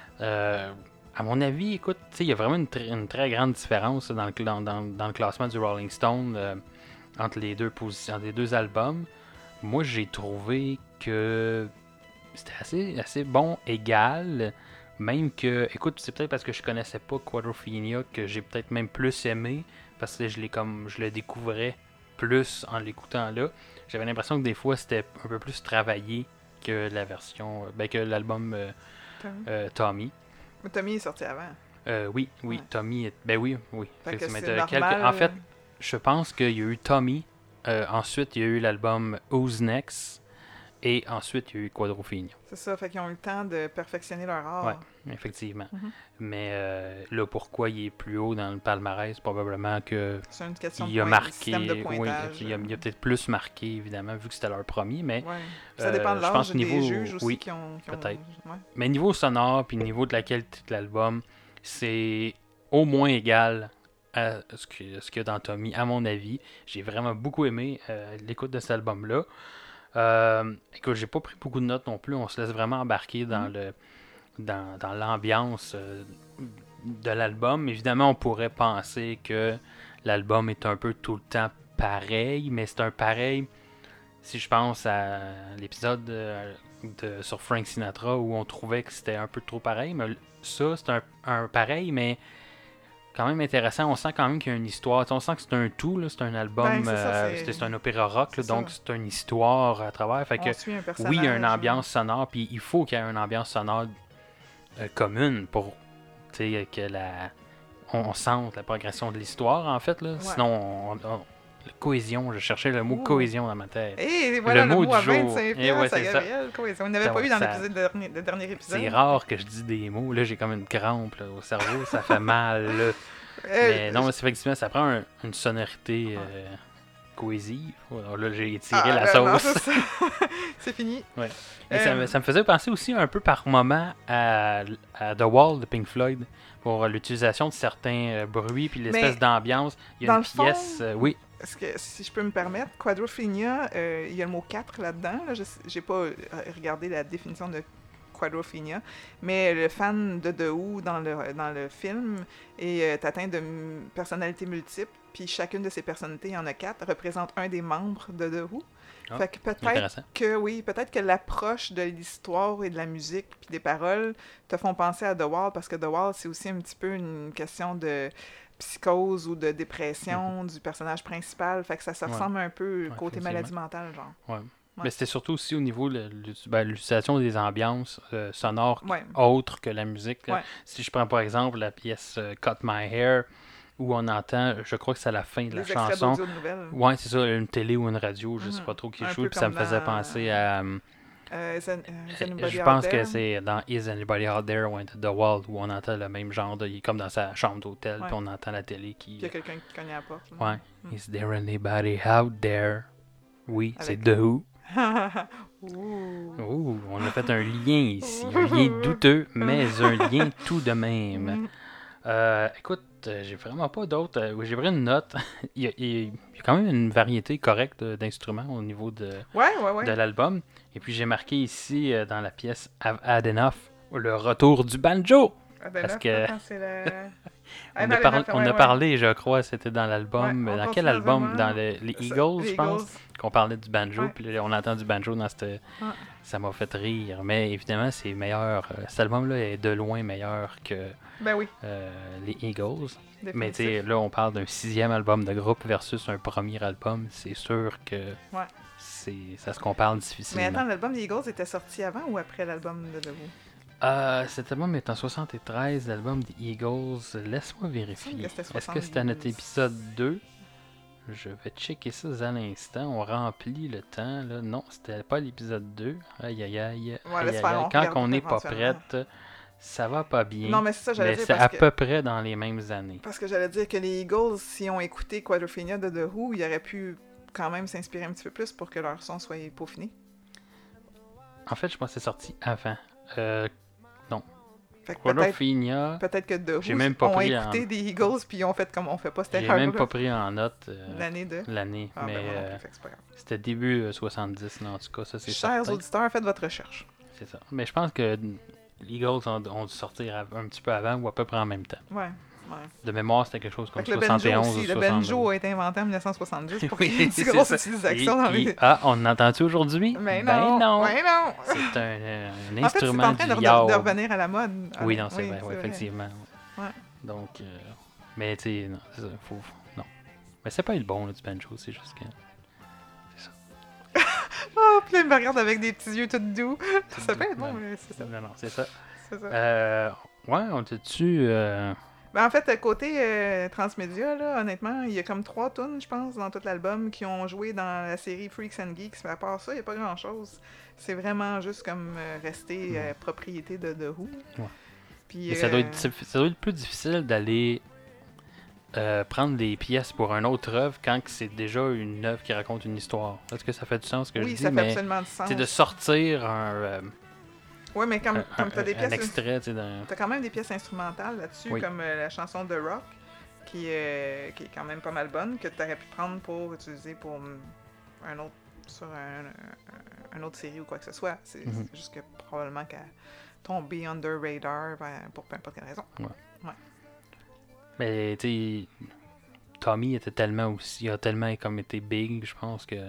Euh, à mon avis, écoute, tu sais, il y a vraiment une, tr- une très grande différence dans le, cl- dans, dans- dans le classement du Rolling Stone euh, entre les deux positions, entre les deux albums. Moi, j'ai trouvé que c'était assez, assez bon, égal. Même que, écoute, c'est peut-être parce que je connaissais pas Quadrophenia que j'ai peut-être même plus aimé, parce que je l'ai comme je le découvrais plus en l'écoutant là. J'avais l'impression que des fois c'était un peu plus travaillé que la version, ben que l'album euh, Tommy. euh, Tommy. Mais Tommy est sorti avant. Euh, oui, oui, Ouais. Tommy, est- ben oui, oui. Fait que effectivement. c'est T'as quelques- normal. En fait, je pense qu'il y a eu Tommy, euh, ensuite il y a eu l'album Who's Next, et ensuite il y a eu Quadrophenia. C'est ça, fait qu'ils ont eu le temps de perfectionner leur art. Ouais. Effectivement. Mhm. Mais euh, là, pourquoi il est plus haut dans le palmarès? Probablement que C'est une question il de a point- marqué. système de Oui, pointage. il a, il a peut-être plus marqué, évidemment, vu que c'était leur premier. Mais, Ouais. Ça euh, dépend de je pense l'âge au des niveau- juges aussi oui, qui ont... qui ont- peut-être. Ouais. mais niveau sonore, puis niveau de la qualité de l'album, c'est au moins égal à ce que- ce qu'il y a dans Tommy, à mon avis. J'ai vraiment beaucoup aimé euh, l'écoute de cet album-là. Euh, écoute, j'ai pas pris beaucoup de notes non plus. On se laisse vraiment embarquer dans Mm. le dans, dans l'ambiance euh, de l'album. Évidemment, on pourrait penser que l'album est un peu tout le temps pareil, mais c'est un pareil. Si je pense à l'épisode de, de- sur Frank Sinatra où on trouvait que c'était un peu trop pareil, mais ça, c'est un, un pareil, mais quand même intéressant. On sent quand même qu'il y a une histoire. Tu sais, on sent que c'est un tout, là. C'est un album, Ben, c'est ça, euh, c'est- c'est c'est un opéra rock, là, c'est donc ça. c'est une histoire à travers. Fait que, On suit un personnage. oui, il y a une là. ambiance sonore, puis il faut qu'il y ait une ambiance sonore euh, commune pour tu sais, que la on, on sente la progression de l'histoire, en fait. Là. Ouais. Sinon, on, on- la cohésion, je cherchais le mot Ouh. cohésion dans ma tête. Et voilà Le le, mot mot à du jour. vingt-cinq Eh ouais, piastres, c'est à ça. Gabriel, cohésion. On n'avait Donc, pas eu dans ça- l'épisode dernier, le dernier épisode. C'est rare que je dis des mots. Là, j'ai comme une crampe là, au cerveau. Ça fait mal. Là. Euh, Mais non, mais c'est effectivement, ça prend un- une sonorité euh, cohésive. Alors là, j'ai étiré ah, la ben non, sauce. c'est ça. C'est fini. Ouais. Et ça, Euh, me- ça me faisait penser aussi un peu par moment à, à The Wall de Pink Floyd pour l'utilisation de certains euh, bruits puis l'espèce Mais, d'ambiance. Il y a dans une le fond, pièce. euh, oui, Est-ce que, si je peux me permettre, Quadrophenia, euh, il y a le mot quatre là-dedans. Là. Je n'ai pas euh, regardé la définition de Quadrophenia, mais le fan de The Who dans le, dans le film est euh, atteint de m- personnalités multiples, puis chacune de ces personnalités, il y en a quatre, représente un des membres de The Who. Ah, fait que peut-être intéressant. que oui, peut-être que l'approche de l'histoire et de la musique puis des paroles te font penser à The Wall, parce que The Wall, c'est aussi un petit peu une question de psychose ou de dépression du personnage principal. Fait que ça se Ouais. ressemble un peu Ouais, côté effectivement. maladie mentale, genre. Ouais. Ouais. Mais c'était surtout aussi au niveau de l'ut- ben, l'utilisation des ambiances euh, sonores Ouais. autres que la musique. là. Ouais. Si je prends par exemple la pièce euh, Cut My Hair, où on entend, je crois que c'est à la fin de la Les extraits chanson. d'audio de nouvelles. Ouais, c'est ça, une télé ou une radio, je sais Mhm. pas trop qui Un joue, peu puis ça me comme faisait dans- penser à. euh, Euh, is an- uh, is anybody je out pense que there? c'est dans Is Anybody Out There ou The Wall où on entend le même genre, de, il est comme dans sa chambre d'hôtel, Ouais. puis on entend la télé qui. Puis il y a quelqu'un qui cogne à la porte. là. Ouais. Mm. Is there anybody out there? Oui, c'est Avec- The Who. Ouh. Ouh, on a fait un lien ici. Un lien douteux, mais un lien tout de même. Mm. Euh, écoute, euh, j'ai vraiment pas d'autres. euh, j'ai pris une note. il, y a, il y a quand même une variété correcte euh, d'instruments au niveau de, Ouais, ouais, ouais. de l'album. Et puis j'ai marqué ici euh, dans la pièce I've Had Enough le retour du banjo. Ah, ben parce là, que- attends, c'est la... On, Ah, a, ben, par- ouais, on a ouais. parlé, je crois, c'était dans l'album. Ouais, on dans quel continue album vraiment. Dans le- les Ça, Eagles, les je pense. Eagles. Qu'on parlait du banjo. Ouais. Puis là, on entend du banjo dans cette. Ouais. Ça m'a fait rire. Mais évidemment, c'est meilleur. euh, cet album-là est de loin meilleur que Ben oui, euh, les Eagles. Mais tu sais, définitif. là, on parle d'un sixième album de groupe versus un premier album. C'est sûr que Ouais. c'est ça se compare Mais difficilement. attends, l'album des Eagles était sorti avant ou après l'album de The Who? Euh, cet album est en soixante-treize, l'album des Eagles. Laisse-moi Il vérifier. me semble que c'était Est-ce que c'était à notre soixante-douze. épisode deux? Je vais checker ça à l'instant. On remplit le temps. Là. Non, c'était pas l'épisode deux. Aïe, aïe, aïe. Ouais, aïe, laisse aïe, faire, aïe. on Quand regarde on n'est pas éventuellement. prête, ça va pas bien. Non, mais c'est ça, j'allais mais dire, c'est à parce que... peu près dans les mêmes années. Parce que j'allais dire que les Eagles, si on écouté Quadrophenia de The Who, ils auraient pu quand même s'inspirer un petit peu plus pour que leur son soit peaufiné. En fait, je pense que c'est sorti avant. Euh, Fait que peut-être Quadrophenia, peut-être que The J'ai Who même pas ont pris écouté en- des Eagles, puis ils ont fait comme on fait pas cette j'ai même erreur pas pris en note euh, l'année de... l'année. Ah, mais ben, moi non euh, plus, fait que c'est pas grave. c'était début euh, soixante-dix, là, en tout cas, ça c'est Chers certain. auditeurs, faites votre recherche. C'est ça. Mais je pense que les Eagles ont, ont dû sortir av- un petit peu avant ou à peu près en même temps. Ouais, ouais. De mémoire, c'était quelque chose comme Fait que le banjo soixante et onze aussi, ou le soixante-douze. banjo a été inventé en dix-neuf cent soixante-dix pour Oui, qu'il y ait une c'est si grosse ça. utilisation Et- dans et- les... Ah, on entend-tu aujourd'hui? Mais Ben non! non! Ben non! C'est un, euh, un En fait, c'est instrument en train de, du re- yaourt. de revenir à la mode. Oui, Ah, non, c'est vrai, ouais, effectivement. Ouais. Donc, euh, mais tu sais, non, c'est ça, faut, non. Mais c'est pas le bon là, du banjo, c'est juste que. Oh, puis là, il me regarde avec des petits yeux tout doux. Ça peut être bon, Non. mais c'est ça. Non, non, c'est ça. C'est ça. Euh, ouais, on t'a-tu. Euh... Ben, en fait, côté euh, transmédia, là, honnêtement, il y a comme trois tunes, je pense, dans tout l'album qui ont joué dans la série Freaks and Geeks. Mais à part ça, il n'y a pas grand-chose. C'est vraiment juste comme euh, rester euh, propriété de The Who. Ouais. Puis, Mais ça, doit euh, être, diffi- ça doit être plus difficile d'aller euh, prendre des pièces pour une autre œuvre quand que c'est déjà une œuvre qui raconte une histoire. Est-ce que ça fait du sens ce que oui, je dis? ça fait Mais absolument du sens. c'est de sortir un, euh, Oui, mais comme, un, comme un- tu as des un pièces... extrait, tu sais, d'un. T'as quand même des pièces instrumentales là-dessus, Oui. comme euh, la chanson de Rock, qui, euh, qui est quand même pas mal bonne, que tu aurais pu prendre pour utiliser pour mm, un autre sur un, un, un autre série ou quoi que ce soit. C'est Mhm. c'est juste que probablement qu'elle a tombé under radar ben, pour peu importe quelle raison. Mais tu sais, Tommy était tellement aussi, a tellement comme été big, je pense que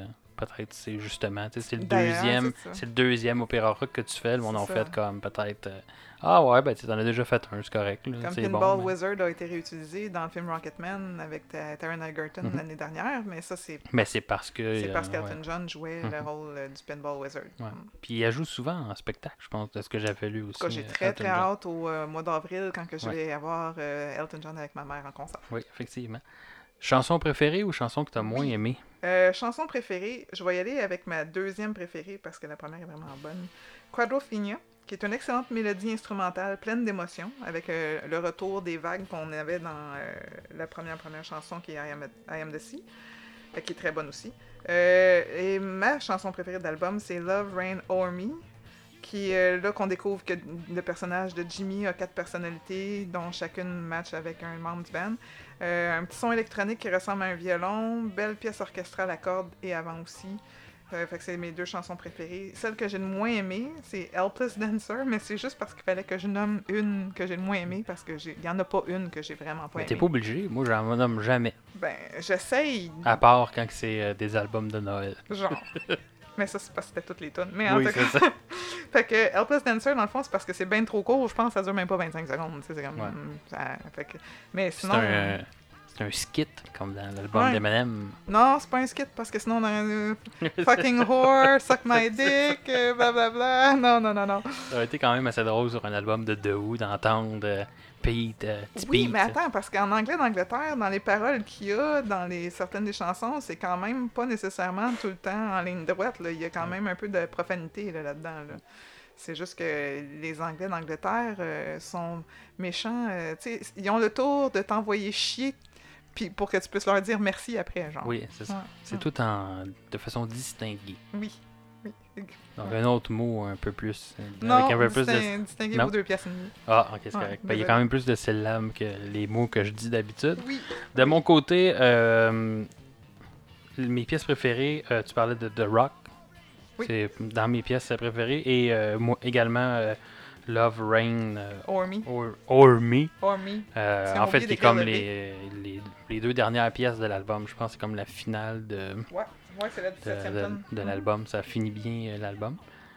peut-être c'est justement, tu sais, c'est le D'ailleurs, deuxième, c'est ça. c'est le deuxième opéra rock que tu fais. Le monde C'est en ça. fait comme peut-être. euh, ah ouais, ben tu en as déjà fait un, c'est correct. Là, Comme c'est Pinball bon. mais- Wizard a été réutilisé dans le film Rocketman avec Ta- Taron Egerton Mhm. l'année dernière, mais ça, c'est Mais c'est parce que. c'est euh, parce ouais. qu'Elton John jouait le Mhm. rôle euh, du Pinball Wizard. Ouais. Mm. Puis il joue souvent en spectacle, je pense, de ce que j'avais lu aussi. En tout cas, j'ai euh, très Elton très John. hâte au euh, mois d'avril quand que je Ouais. vais avoir euh, Elton John avec ma mère en concert. Oui, effectivement. Chanson préférée ou chanson que tu as moins Oui. aimée? Euh, chanson préférée, je vais y aller avec ma deuxième préférée parce que la première est vraiment bonne. Quadrophenia, qui est une excellente mélodie instrumentale pleine d'émotions, avec euh, le retour des vagues qu'on avait dans euh, la première première chanson qui est I Am, I Am the Sea, euh, qui est très bonne aussi. Euh, et ma chanson préférée de l'album, c'est Love, Rain, O'er Me, qui est là qu'on découvre que le personnage de Jimmy a quatre personnalités, dont chacune match avec un membre du band. Euh, un petit son électronique qui ressemble à un violon, belle pièce orchestrale à cordes et avant aussi. Euh, fait que c'est mes deux chansons préférées. Celle que j'ai le moins aimée, c'est Helpless Dancer, mais c'est juste parce qu'il fallait que je nomme une que j'ai le moins aimée, parce que j'ai... il y en a pas une que j'ai vraiment pas Mais aimée. t'es pas obligé, moi j'en nomme jamais. Ben, j'essaye, À part quand c'est euh, des albums de Noël. genre. Mais ça, c'est parce que c'était toutes les tonnes. Mais en Oui, tout cas, c'est ça. fait que Helpless Dancer, dans le fond, c'est parce que c'est bien trop court. Je pense que ça dure même pas vingt-cinq secondes. tu sais, C'est comme... Ouais. ça- fait que... Mais C'est sinon... un, euh, c'est un skit, comme dans l'album Ouais. d'Eminem. Non, c'est pas un skit, parce que sinon on aurait euh, fucking whore, suck my dick, euh, blablabla. Non, non, non, non. Ça aurait été quand même assez drôle sur un album de The Who d'entendre euh, Pete, euh, petit Oui, Pete. mais attends, parce qu'en anglais d'Angleterre, dans les paroles qu'il y a dans les, certaines des chansons, c'est quand même pas nécessairement tout le temps en ligne droite. Là. Il y a quand même un peu de profanité là, là-dedans. Là. C'est juste que les Anglais d'Angleterre euh, sont méchants. euh, tu sais, ils ont le tour de t'envoyer chier puis pour que tu puisses leur dire merci après, genre. Oui, c'est ça. Ouais, C'est ouais. tout en, de façon distinguée. Oui. oui. Donc Ouais. un autre mot un peu plus. euh, Non, avec un peu plus de... distin- distinguez Non. vos deux pièces et demie. Ah, ok, c'est Ouais, correct. Ben, il y a désolé. quand même plus de syllabes que les mots que je dis d'habitude. Oui. De mon côté, euh, mes pièces préférées, euh, tu parlais de The Rock. Oui. C'est dans mes pièces préférées. Et euh, moi également, euh, Love, Rain, euh, Or me. or, or Me. Or me. Euh, Si on en fait, oublie qui est d'écrire comme le les, les, les deux dernières pièces de l'album. Je pense que c'est comme la finale de, Ouais, ouais, c'est la de, dix-septième de- tonne. de Mhm. l'album. Ça finit bien euh, l'album.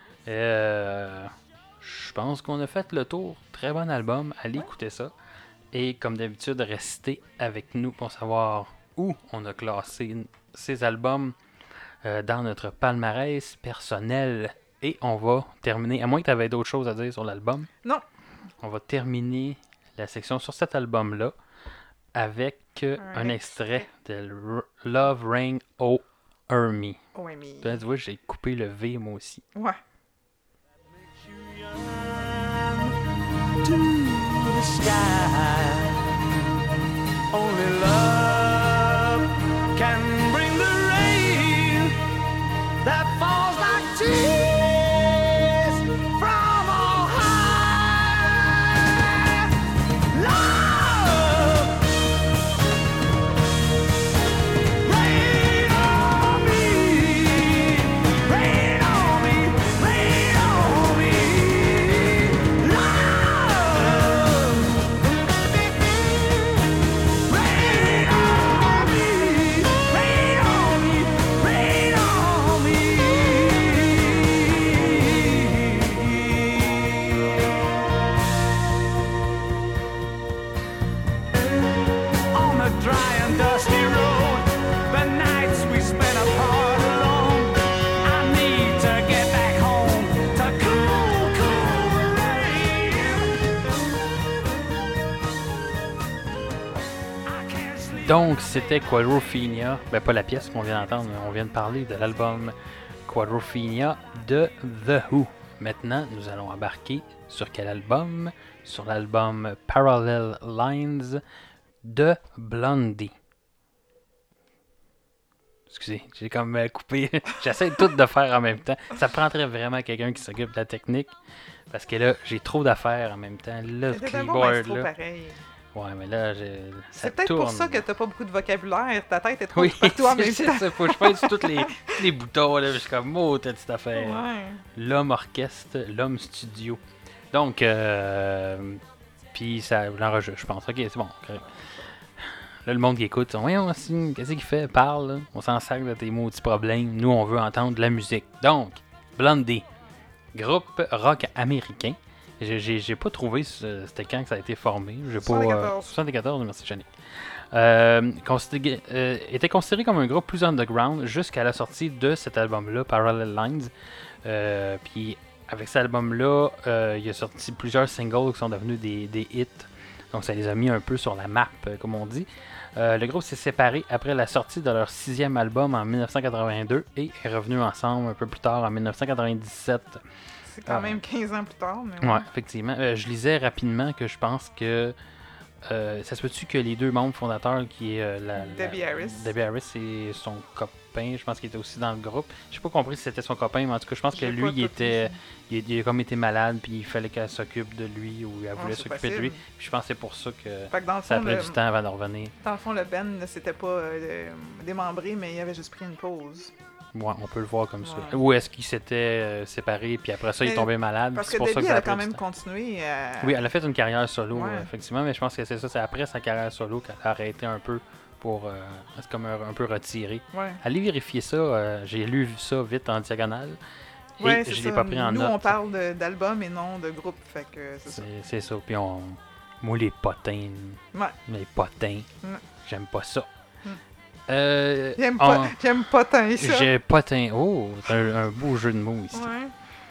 Euh, je pense qu'on a fait le tour. Très bon album. Allez écouter ça. Et comme d'habitude, restez avec nous pour savoir où on a classé ces albums euh, dans notre palmarès personnel. Et on va terminer, à moins que tu avais d'autres choses à dire sur l'album. Non. On va terminer la section sur cet album-là avec euh, un, Un extrait de R- Love, Rain, Oh, Me. Or me. Là, tu vois, j'ai coupé le V moi aussi. Ouais. to the sky. Only love can bring the rain that falls like tears from on high. Love, rain on me, rain on me, rain on me. Love, rain on me, rain on me, rain on me. On the dry and dusty road, the nights we spent apart alone. I need to get back home to cool, cool rain. I can't sleep. Donc, c'était Quadrophenia. Ben, pas la pièce qu'on vient d'entendre, mais on vient de parler de l'album Quadrophenia de The Who. Maintenant, nous allons embarquer sur quel album? Sur l'album Parallel Lines de Blondie. Excusez, j'ai comme euh, coupé. J'essaie tout de faire en même temps. Ça prendrait vraiment quelqu'un qui s'occupe de la technique. Parce que là, j'ai trop d'affaires en même temps. Le C'était un bon keyboard, maestro là. pareil. Ouais, mais là, j'ai- ça C'est peut-être tourne. pour ça que t'as pas beaucoup de vocabulaire. Ta tête est trop Oui, partout en même c'est temps. ça. Faut que je fasse tous les, tous les boutons. Là, je suis comme, oh, t'as cette affaire. Ouais. L'homme orchestre, l'homme studio. Donc, euh, puis ça l'enregistre, je pense. Ok, c'est bon. correct. Là, le monde qui écoute, ils sont, voyons, si, qu'est-ce qu'il fait? Parle, là. On s'en sert de tes maudits problèmes. Nous, on veut entendre de la musique. Donc, Blondie, groupe rock américain. J'ai, j'ai, j'ai pas trouvé ce- c'était quand que ça a été formé. J'ai pas, euh, soixante-quatorze. soixante-quatorze, merci Jannick. Euh, considéré- euh, était considéré comme un groupe plus underground jusqu'à la sortie de cet album-là, Parallel Lines. Euh, Puis avec cet album-là, euh, il a sorti plusieurs singles qui sont devenus des, des hits. Donc ça les a mis un peu sur la map, euh, comme on dit. Euh, le groupe s'est séparé après la sortie de leur sixième album en dix-neuf cent quatre-vingt-deux et est revenu ensemble un peu plus tard en dix-neuf cent quatre-vingt-dix-sept. C'est quand Ah. même quinze ans plus tard. Mais Ouais, effectivement. Euh, je lisais rapidement que je pense que euh, ça se peut-tu que les deux membres fondateurs, qui est euh, la, la- Debbie Harris. Debbie Harris et son copain, je pense qu'il était aussi dans le groupe. J'ai pas compris si c'était son copain, mais en tout cas, je pense que J'ai lui, pas il tout était, lu. il, il a comme été malade, puis il fallait qu'elle s'occupe de lui ou elle Ouais, voulait c'est s'occuper de lui. possible. Puis je pense que c'est pour ça que Fait que dans le ça a fond, pris le, du temps avant de revenir. dans le fond, le band ne s'était pas euh, démembré, mais il avait juste pris une pause. Ouais, on peut le voir comme ça. Ouais. Ou est-ce qu'ils s'étaient euh, séparés, puis après ça, il est Mais- tombé malade. Parce puis que c'est pour ça Debbie, que ça elle a a pris quand du même temps. continué à... Oui, elle a fait une carrière solo, Ouais. euh, effectivement, mais je pense que c'est ça, c'est après sa carrière solo qu'elle a arrêté un peu pour euh, c'est comme un, un peu retiré. Ouais. Allez vérifier ça, euh, j'ai lu ça vite en diagonale et Ouais, je c'est l'ai ça. pas pris en Nous, note. on parle de- d'album et non de groupe, fait que c'est ça. C'est, c'est ça, puis on... Moi, les potins, Ouais. les potins, Mm. j'aime pas ça. Mm. Euh, J'aime on- pas, j'aime pas tant ça. J'ai potin. Oh, c'est un, un beau jeu de mots ici. Ouais.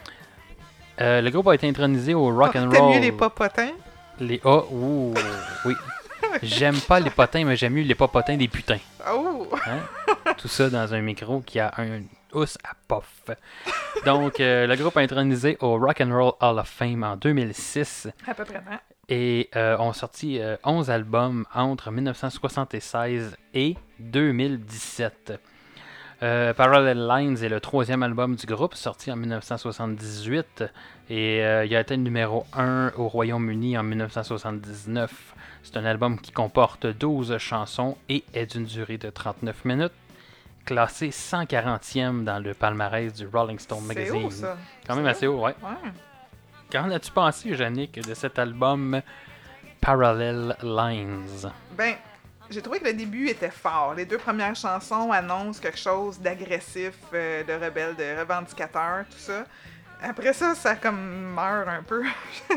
Euh, le groupe a été intronisé au rock Ah, and T'aimes roll. mieux les popotins? Les A, ouh, oui. J'aime pas les potins, mais j'aime mieux les pas potins des putains. Oh! Hein? Tout ça dans un micro qui a un housse à pof. Donc, euh, le groupe a intronisé au Rock and Roll Hall of Fame en deux mille six À peu près, hein? et euh, ont sorti euh, onze albums entre dix-neuf cent soixante-seize et deux mille dix-sept. Euh, Parallel Lines est le troisième album du groupe, sorti en dix-neuf cent soixante-dix-huit et euh, il a été numéro un au Royaume-Uni en dix-neuf cent soixante-dix-neuf. C'est un album qui comporte douze chansons et est d'une durée de trente-neuf minutes, classé cent quarantième dans le palmarès du Rolling Stone C'est Magazine. haut, ça. Quand même C'est assez haut, ouais. Ouais. Qu'en as-tu pensé, Yannick, de cet album Parallel Lines? Ben, j'ai trouvé que le début était fort. Les deux premières chansons annoncent quelque chose d'agressif, euh, de rebelle, de revendicateur, tout ça. Après ça, ça comme meurt un peu.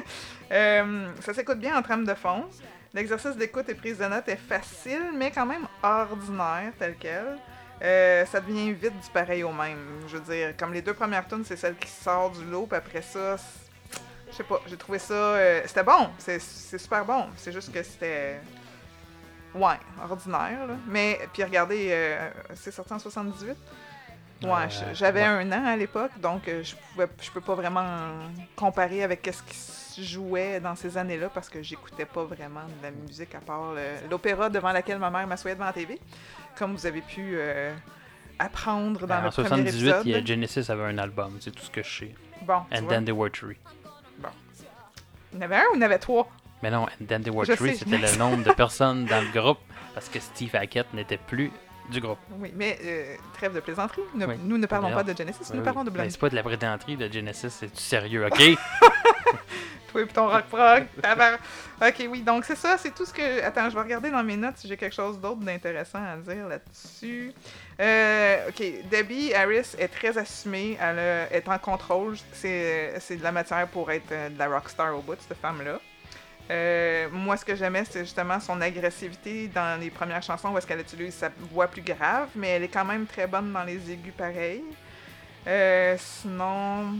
Euh, ça s'écoute bien en trame de fond. L'exercice d'écoute et prise de notes est facile, mais quand même ordinaire, tel quel. Euh, ça devient vite du pareil au même. Je veux dire, comme les deux premières tunes, c'est celle qui sort du lot, puis après ça, c'est- je sais pas, j'ai trouvé ça... euh, c'était bon, c'est c'est super bon. C'est juste que c'était... Ouais, ordinaire, là. Mais, puis regardez, euh, c'est sorti en soixante-dix-huit? Ouais, Euh, j- j'avais ouais. un an à l'époque, donc euh, je pouvais, je peux pas vraiment comparer avec ce qui se jouait dans ces années-là parce que j'écoutais pas vraiment de la musique à part le- l'opéra devant laquelle ma mère m'assoyait devant la T V, comme vous avez pu euh, apprendre dans Ben, le en premier soixante-dix-huit, épisode. il y a Genesis avait un album, c'est tout ce que je sais. Bon, tu And vois. Then They Were Three. Il y en avait un ou il y en avait trois? Mais non, And Then They Were Je Three, sais, c'était je le nombre de personnes dans le groupe parce que Steve Hackett n'était plus du groupe. Oui, mais euh, trêve de plaisanterie. Ne- Oui. Nous ne parlons D'ailleurs, pas de Genesis, Oui, nous parlons de oui. Blondie. Mais c'est pas de la prédenterie de Genesis, c'est du sérieux, ok? Toi et puis ton rock prog. tabar- Ok, oui, donc c'est ça, c'est tout ce que. Attends, je vais regarder dans mes notes si j'ai quelque chose d'autre d'intéressant à dire là-dessus. Euh, ok, Debbie Harris est très assumée, elle a- est en contrôle. C'est c'est de la matière pour être euh, de la rockstar au bout, cette femme-là. Euh, moi, ce que j'aimais, c'est justement son agressivité dans les premières chansons où est-ce qu'elle utilise sa voix plus grave, mais elle est quand même très bonne dans les aigus pareils. Euh, sinon,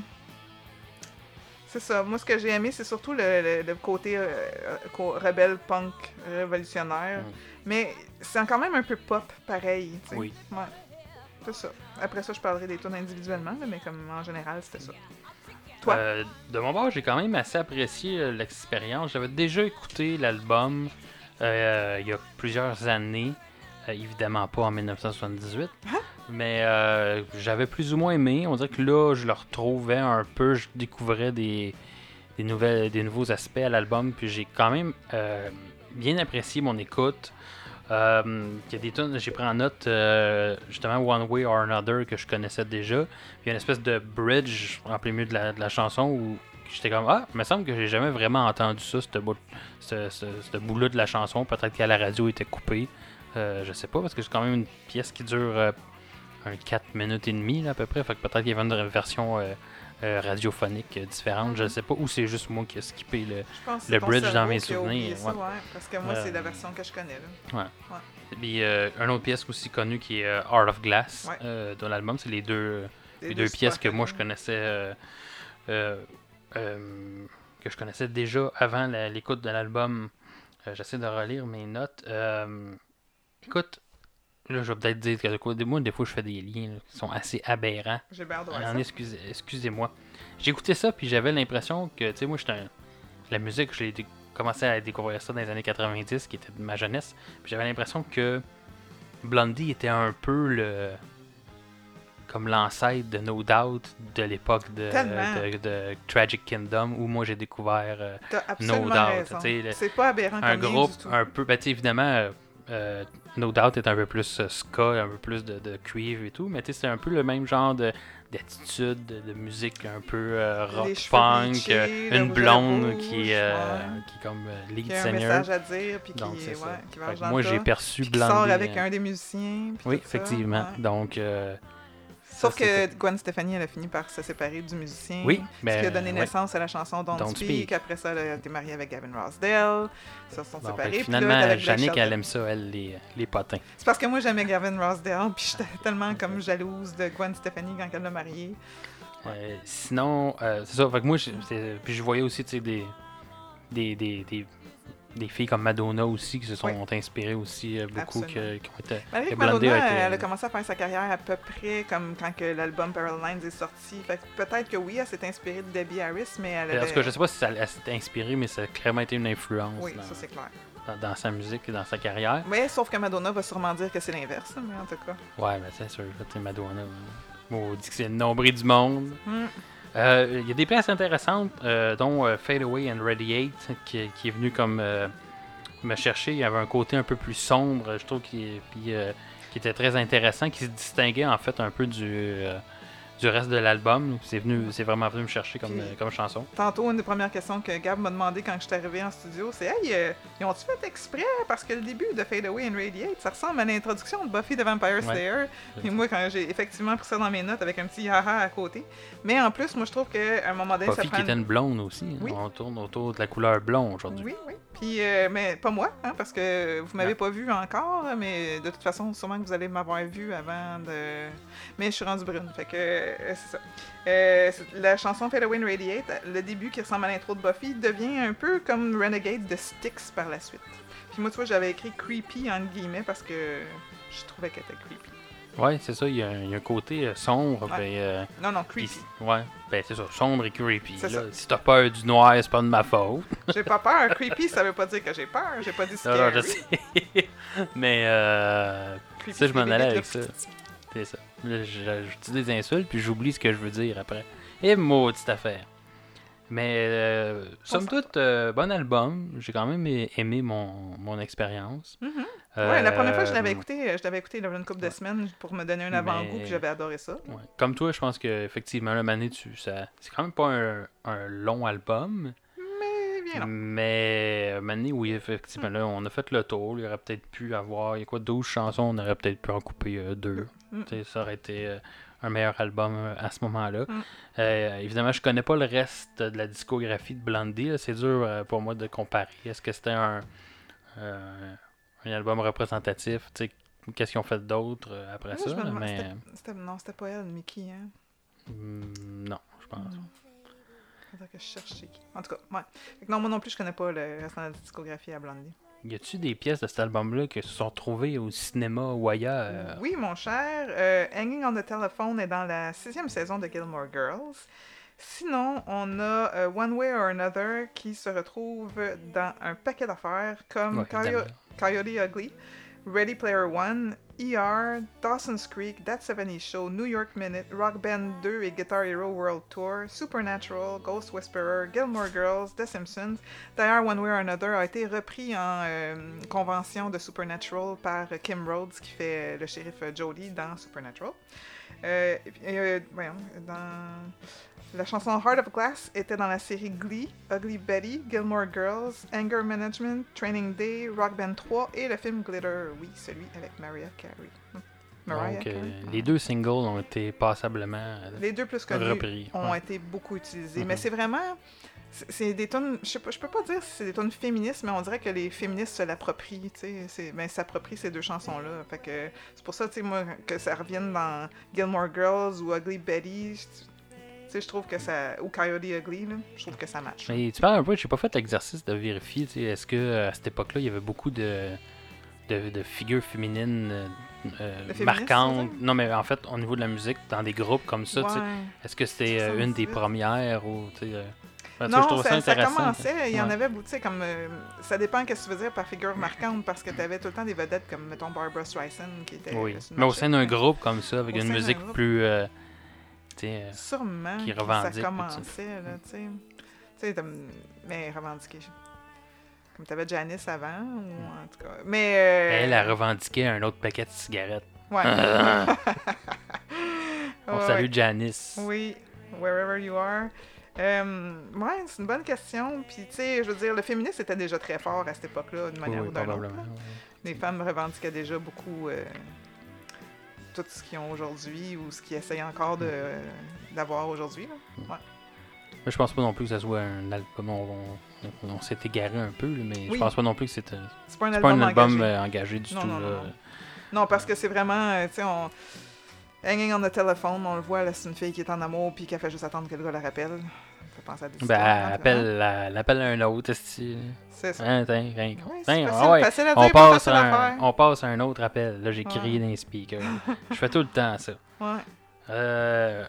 c'est ça. Moi, ce que j'ai aimé, c'est surtout le, le- le côté euh, euh, co- rebelle punk révolutionnaire. Mm. Mais c'est quand même un peu pop pareil. tu sais. Oui. Ouais. C'est ça. Après ça, je parlerai des tunes individuellement, là, mais comme en général, c'était ça. Toi? Euh, de mon bord, j'ai quand même assez apprécié euh, l'expérience. J'avais déjà écouté l'album euh, il y a plusieurs années. Euh, évidemment pas en dix-neuf cent soixante-dix-huit. Mais euh, j'avais plus ou moins aimé. On dirait que là, je le retrouvais un peu. Je découvrais des, des, nouvelles, des nouveaux aspects à l'album. Puis j'ai quand même euh, bien apprécié mon écoute. Euh, il y a des tunes, j'ai pris en note euh, justement One Way or Another que je connaissais déjà. Puis il y a une espèce de bridge en plein milieu de la, de la chanson où j'étais comme, ah, il me semble que j'ai jamais vraiment entendu ça, ce bout, ce, ce, ce bout-là de la chanson. Peut-être qu'à la radio, il était coupé. Euh, je sais pas, parce que c'est quand même une pièce qui dure euh, un quatre minutes et demie, là, à peu près. Fait que peut-être qu'il y avait une version euh, euh, radiophonique euh, différente. Je sais pas. Ou c'est juste moi qui ai skippé le. Je pense que Le c'est ton bridge dans cerveau mes qui a souvenirs, oublié ça, ouais. ouais, parce que moi, Euh, c'est la version que je connais. Là. Puis, euh, une autre pièce aussi connue qui est euh, Art of Glass Ouais. euh, dans l'album. C'est les deux, Des les deux super pièces que moi je connus. connaissais. euh, euh, euh, que je connaissais déjà avant la- l'écoute de l'album. Euh, J'essaie de relire mes notes. Euh, écoute, là, je vais peut-être dire que quoi, des- moi, des fois, je fais des liens là, qui sont assez aberrants. J'ai bien hâte de voir En ça. excusez, excusez-moi. J'ai écouté ça, puis j'avais l'impression que, tu sais, moi, j'étais un- la musique, j'ai dé- commencé à découvrir ça dans les années quatre-vingt-dix, qui était de ma jeunesse. Puis j'avais l'impression que Blondie était un peu le. Comme l'ancêtre de No Doubt de l'époque de, Tellement. de, de Tragic Kingdom, où moi j'ai découvert euh, T'as absolument No doubt, raison. tu sais, le- C'est pas aberrant un comme lien groupe du tout. un peu. Ben, tu sais, évidemment, euh, euh, No Doubt est un peu plus euh, ska, un peu plus de, de cuivre et tout, mais tu sais, c'est un peu le même genre de d'attitude, de, de musique un peu euh, rock Les cheveux punk, bleachés, euh, le une rouge à blonde rouge, qui, est, euh, ouais. qui est comme euh, lead Qui a un singer. message à dire, puis qui, Donc, c'est ouais, ça. qui va Fait que dans le moi, j'ai tas, perçu puis qui sort Blondie. avec euh, un des musiciens. puis Oui, tout ça, effectivement. ouais. Donc, euh, Sauf ça, c'était- que Gwen Stefani, elle a fini par se séparer du musicien. Oui, ce ben, qui a donné ouais. naissance à la chanson Don't, Don't Speak. Speak. Après ça, elle a été mariée avec Gavin Rossdale. Ils se sont bon, fait séparés. que puis finalement, là, elle est avec Blake Jannick, Shelton. elle aime ça, elle, les, les potins. C'est parce que moi, j'aimais Gavin Rossdale, puis j'étais tellement comme jalouse de Gwen Stefani quand elle l'a marié. Euh, sinon, euh, c'est ça. Fait que moi, j'ai- c'est- puis je voyais aussi, tu sais, des, des, des, des, des filles comme Madonna aussi qui se sont inspirées aussi euh, beaucoup, qui, Absolument. qui ont été. Malgré que que Blondie Madonna, a été- elle a commencé à faire sa carrière à peu près comme quand que l'album Parallel Lines est sorti. Fait que peut-être que oui, elle s'est inspirée de Debbie Harris, mais elle avait... En tout cas, je sais pas si ça elle s'est inspirée, mais ça a clairement été une influence Oui, dans, ça c'est clair. dans, dans sa musique et dans sa carrière. Mais sauf que Madonna va sûrement dire que c'est l'inverse, mais en tout cas. Ouais, mais c'est sûr, là, tu sais, Madonna, euh, on dit que c'est le nombril du monde. Hmm. Euh, Il y a des pièces intéressantes, euh, dont euh, Fade Away and Radiate, qui, qui est venu comme euh, me chercher. Il y avait un côté un peu plus sombre, je trouve, qui, puis, euh, qui était très intéressant, qui se distinguait en fait un peu du, euh, du reste de l'album. C'est venu, c'est vraiment venu me chercher comme, Puis- euh, comme chanson. Tantôt, une des premières questions que Gab m'a demandé quand je suis arrivé en studio, c'est « Hey, euh, ils ont-tu fait exprès? Parce que le début de Fade Away and Radiate, ça ressemble à l'introduction de Buffy the Vampire Slayer. Et moi, quand j'ai effectivement pris ça dans mes notes avec un petit haha à côté. Mais en plus, moi, je trouve qu'à un moment donné, ça Buffy prend... qui était une blonde aussi. hein. Oui. On tourne autour de la couleur blonde aujourd'hui. Oui, oui. Puis, euh, mais pas moi, hein, parce que vous m'avez Non. pas vu encore, mais de toute façon, sûrement que vous allez m'avoir vu avant de... Mais je suis rendue brune, fait que euh, c'est ça. Euh, c'est- la chanson Fade Away and Radiate, le début qui ressemble à l'intro de Buffy, devient un peu comme Renegade de Styx par la suite. Puis moi, tu vois, j'avais écrit creepy entre guillemets parce que je trouvais qu'elle était creepy. Ouais, c'est ça. Il y, a un- il y a un côté euh, sombre. Ouais. ben, euh, Non, non, creepy. ici- ouais, ben c'est ça. Sombre et creepy. C'est là. ça. Si t'as peur du noir, c'est pas de ma faute. J'ai pas peur. Creepy, ça veut pas dire que j'ai peur. J'ai pas dit Non, scary. non, je sais. Mais euh, Creepy, ça, je m'en c'est allais des avec bébés, ça. C'est ça. Là, je, je dis des insultes, puis j'oublie ce que je veux dire après. Et maudite affaire. Mais, euh, somme s'entend. toute, euh, bon album. J'ai quand même a- aimé mon, mon expérience. Mhm. Ouais, la première fois que je l'avais Euh, écouté, je l'avais écouté il y a une couple de ouais. semaines pour me donner un avant-goût, Mais- puis j'avais adoré ça. Ouais. Comme toi, je pense que effectivement, le mané, tu, ça, c'est quand même pas un, un long album. Mais bien non. Mais euh, Mané, oui, effectivement, là, on a fait le tour. Il y aurait peut-être pu avoir, il y a quoi, douze chansons, on aurait peut-être pu en couper euh, deux. Mm. Tu sais, ça aurait été euh, un meilleur album euh, à ce moment-là. Mm. Euh, évidemment, je connais pas le reste de la discographie de Blondie. là. C'est dur euh, pour moi de comparer. Est-ce que c'était un, euh, un album représentatif? Tu sais, qu'est-ce qu'ils ont fait d'autre euh, après Moi, ça? je me là, demande- mais c'était- c'était- Non, c'était pas elle, Mickey, hein? mm, non, je pense. Non. Faudrait que je cherche chez qui. En tout cas, ouais. Fait que non, moi non plus, je connais pas le reste de la discographie à Blondie. Y a-tu des pièces de cet album-là qui se sont trouvées au cinéma ou ailleurs? Oui, mon cher. euh, Hanging on the Telephone est dans la sixième saison de Gilmore Girls. Sinon, on a euh, One Way or Another qui se retrouve dans un paquet d'affaires comme Ouais, Coyo- évidemment. Coyote Ugly, Ready Player One, E R, Dawson's Creek, That seventies Show, New York Minute, Rock Band deux et Guitar Hero World Tour, Supernatural, Ghost Whisperer, Gilmore Girls, The Simpsons. D'ailleurs, One Way or Another a été repris en euh, convention de Supernatural par Kim Rhodes qui fait le shérif Jody dans Supernatural. Euh, et puis, euh, voyons, dans... La chanson Heart of Glass était dans la série Glee, Ugly Betty, Gilmore Girls, Anger Management, Training Day, Rock Band trois et le film Glitter, oui, celui avec Mariah Carey. Hmm. Mariah Donc, euh, Carey. les deux singles ont été passablement euh, Les deux plus connus repris. ont Ouais. été beaucoup utilisés. Mhm. Mais c'est vraiment... C'est c'est des tonnes... Je sais pas, je peux pas dire si c'est des tonnes féministes, mais on dirait que les féministes se l'approprient, tu sais. c'est- Ben, s'approprient ces deux chansons-là. Fait que c'est pour ça, tu sais, moi, que ça revienne dans Gilmore Girls ou Ugly Betty, je- tu sais, je trouve que ça... Ou Coyote Ugly, là, je trouve que ça match. Mais tu parles un peu, j'ai pas fait l'exercice de vérifier, tu sais, est-ce que euh, à cette époque-là, il y avait beaucoup de, de, de figures féminines euh, euh, De féministes, marquantes. c'est ça? Non, mais en fait, au niveau de la musique, dans des groupes comme ça, tu sais, Ouais. est-ce que c'était euh, une des soixante-dix-huit. premières ou, tu sais, euh, ben, tu sais, je Non, trouve ça ça, ça intéressant. commençait, il y en Ouais. avait beaucoup, tu sais, comme... euh, ça dépend qu'est-ce que tu veux dire par figure marquante, parce que t'avais tout le temps des vedettes comme, mettons, Barbara Streisand, qui était... Oui, euh, sur le mais au marché. sein d'un groupe comme ça, avec Au une sein d'un musique groupe. plus, euh, tu sais, euh, Sûrement qui que revendique, ça tout commençait, là, tu sais. Tu sais, comme- mais revendiquer. Comme t'avais Janice avant, ou en tout cas. Mais. euh, elle a revendiqué un autre paquet de cigarettes. Ouais. On Ouais, salue ouais. Janice. Oui, wherever you are. Euh, ouais, c'est une bonne question. Puis, tu sais, je veux dire, le féminisme était déjà très fort à cette époque-là, d'une manière Oui, ou d'une autre. probablement. là. Les femmes revendiquaient déjà beaucoup euh, tout ce qu'ils ont aujourd'hui ou ce qu'ils essayent encore de, d'avoir aujourd'hui. là. Ouais. Mais je pense pas non plus que ça soit un album. On, on- on s'est égaré un peu, là, mais je Oui. pense pas non plus que c'est un, C'est pas un c'est pas album, un album engagé. euh, engagé du Non, tout. non, là. non, non. Non, parce que c'est vraiment, euh, tu sais, on... Hanging on the telephone, on le voit, là, c'est une fille qui est en amour puis qu'elle fait juste attendre que le gars la rappelle. Ça fait penser à des Ben, histoires, hein, elle appelle, la- elle appelle un autre, esti. C'est ça. Hein, tiens, tiens, Oui, tiens, c'est ah facile, ouais, facile à dire, on pas passe, facile à à un, faire. on passe à un autre appel. Là, j'ai Ouais. crié dans les speakers. Je fais tout le temps ça. Ouais. Euh...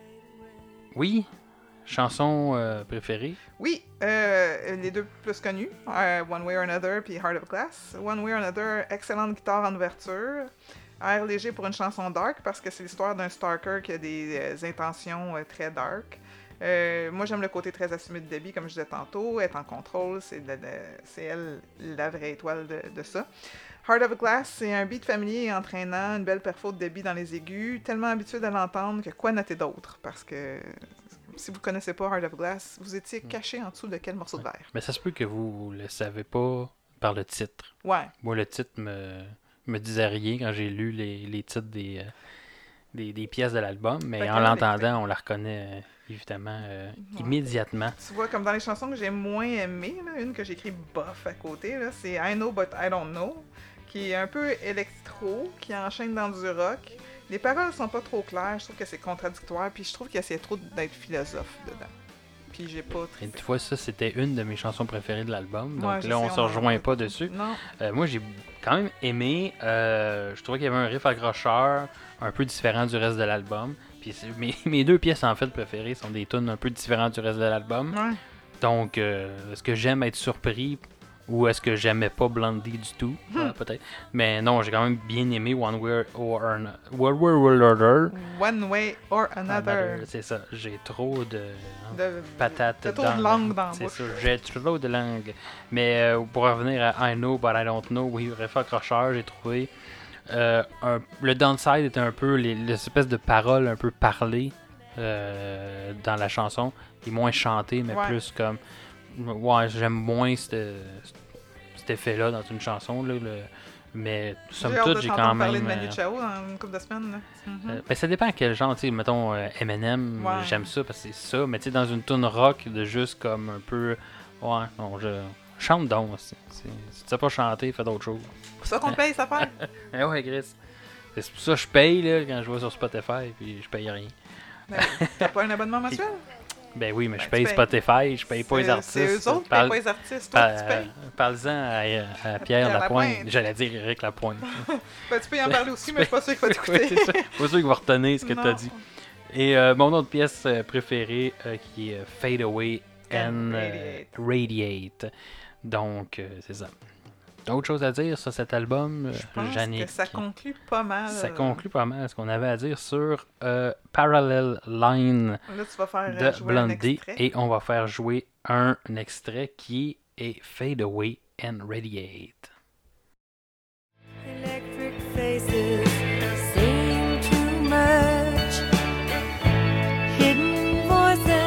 Oui, chanson euh, préférée. Oui, euh, les deux plus connus, euh, One Way or Another puis Heart of Glass. One Way or Another, excellente guitare en ouverture. Air léger pour une chanson dark parce que c'est l'histoire d'un stalker qui a des euh, intentions euh, très dark. Euh, moi, j'aime le côté très assumé de Debbie, comme je disais tantôt. Elle est en contrôle, c'est, de- de- c'est elle la vraie étoile de, de ça. Heart of Glass, c'est un beat familier et entraînant, une belle perfo de Debbie dans les aigus, tellement habitué de l'entendre que quoi noter d'autre? Parce que si vous connaissez pas Heart of Glass, vous étiez caché en dessous de quel morceau de verre? Mais ça se peut que vous le savez pas par le titre. Ouais. Moi, le titre me, me disait rien quand j'ai lu les, les titres des, euh, des, des pièces de l'album, mais Fait en que, l'entendant, on la reconnaît euh, évidemment euh, Ouais. immédiatement. Tu vois, comme dans les chansons que j'ai moins aimées, là, une que j'ai écrit bof à côté, là, c'est I Know But I Don't Know, qui est un peu électro, qui enchaîne dans du rock. Les paroles sont pas trop claires, je trouve que c'est contradictoire, puis je trouve qu'il essaie trop d'être philosophe dedans. Puis j'ai pas Et très... tu vois, ça, c'était une de mes chansons préférées de l'album. Donc Ouais, je là, on sais, se en rejoint a- pas dessus. Non, Euh, moi, j'ai quand même aimé. euh, je trouvais qu'il y avait un riff accrocheur, un peu différent du reste de l'album. Puis c'est- mes, mes deux pièces en fait préférées sont des tunes un peu différentes du reste de l'album. ouais. Donc, euh, est-ce que j'aime être surpris ou est-ce que j'aimais pas Blondie du tout? Hmm. Ouais, peut-être. Mais non, j'ai quand même bien aimé One Way or Another. One Way or Another. One Way or Another. C'est ça. J'ai trop de De... patates T'as trop dans de langue dans la C'est bouche. ça, j'ai trop de langue. Mais euh, pour revenir à I Know But I Don't Know, oui, riff accrocheur, j'ai trouvé. Euh, un- le downside était un peu les- l'espèce de paroles un peu parlées euh, dans la chanson. Il est moins chanté, mais Ouais. plus comme. Ouais, j'aime moins cet, cet effet-là dans une chanson. Là, le- mais somme J'ai hâte toute, de j'ai t'entendre quand même. parler de Manu euh, Chao dans une couple de semaines. Là. Mhm. euh, ben, ça dépend à quel genre, tu sais, mettons euh, Eminem, Ouais. j'aime ça parce que c'est ça, mais tu sais, dans une tune rock, de juste comme un peu, ouais, non, je chante donc, c'est- c'est- si tu sais pas chanter, fais d'autres choses. Pour ça qu'on te paye, ça fait. Eh ouais, Chris, c'est pour ça que je paye, là, quand je vais sur Spotify, puis je paye rien. Ben, t'as pas un abonnement mensuel? Ben oui, mais Ben, je tu paye payes. Spotify, je paye pas les C'est- artistes. C'est eux autres qui Parle- payent pas les artistes. Toi, tu par- payes. Parle-en à, à Pierre Pierre Lapointe, Lapointe. j'allais dire Eric Lapointe. Ben, tu peux y en parler aussi, mais je suis pas sûr qu'il va Ouais, t'écouter. c'est ça. Pas sûr qu'il va retenir ce que Non. t'as dit. Et euh, mon autre pièce euh, préférée euh, qui est euh, Fade Away and And euh, Radiate. Donc, euh, c'est ça. D'autres choses à dire sur cet album, euh, Je pense Yannick? que ça conclut pas mal. Ça conclut pas mal ce qu'on avait à dire sur euh, Parallel Line Là, tu vas faire euh, de jouer un Blondie. extrait. Et on va faire jouer un extrait qui est Fade Away and Radiate. Electric faces seem too much. Hidden voices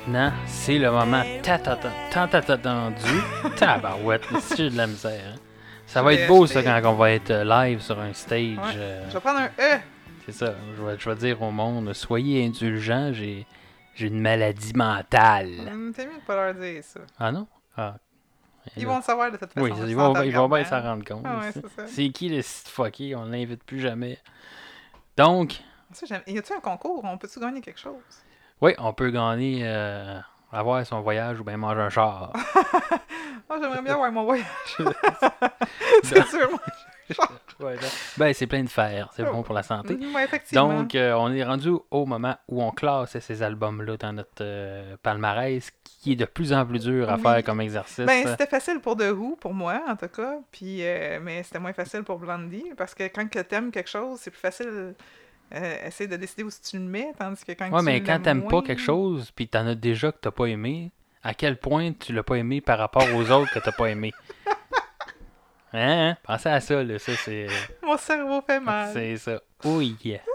maintenant, c'est le moment tant ata- tant attendu. Tabarouette, si j'ai de la misère. hein. Ça Je va vais être beau, ça, acheter- quand on va être euh, live sur un stage. Ouais. euh, Je vais prendre un E. C'est ça. Je vais, je vais dire au monde, soyez indulgents, j'ai, j'ai une maladie mentale. Hum, T'es mieux de pas leur dire ça. Ah non? Ah. Ils vont le savoir de toute façon. Oui, ils sans vont, te ils vont bien regardant. s'en rendre compte. Ah ouais, c'est, c'est ça. c'est qui le site fucké? On l'invite plus jamais. Donc, Ça, j'aime. Y a-tu un concours? On peut-tu gagner quelque chose? oui, on peut gagner, euh, avoir son voyage ou bien manger un char. Oh, j'aimerais bien avoir mon voyage. c'est sûr, moi. Ouais, là. Ben, c'est plein de fer. C'est bon pour la santé. Mm, ouais, effectivement. Donc, euh, on est rendu au moment où on classe ces albums-là dans notre euh, palmarès, qui est de plus en plus dur à Oui. faire comme exercice. Ben, c'était facile pour The Who, pour moi, en tout cas. Puis, euh, mais c'était moins facile pour Blondie, parce que quand tu aimes quelque chose, c'est plus facile euh, essayer de décider où tu le mets, tandis que quand ouais, tu mais quand l'aimes t'aimes moins... pas quelque chose, puis t'en as déjà que t'as pas aimé, à quel point tu l'as pas aimé par rapport aux autres que t'as pas aimé? Hein? hein? Pensez à ça, là. Ça, c'est... Mon cerveau fait mal. C'est ça. Oui.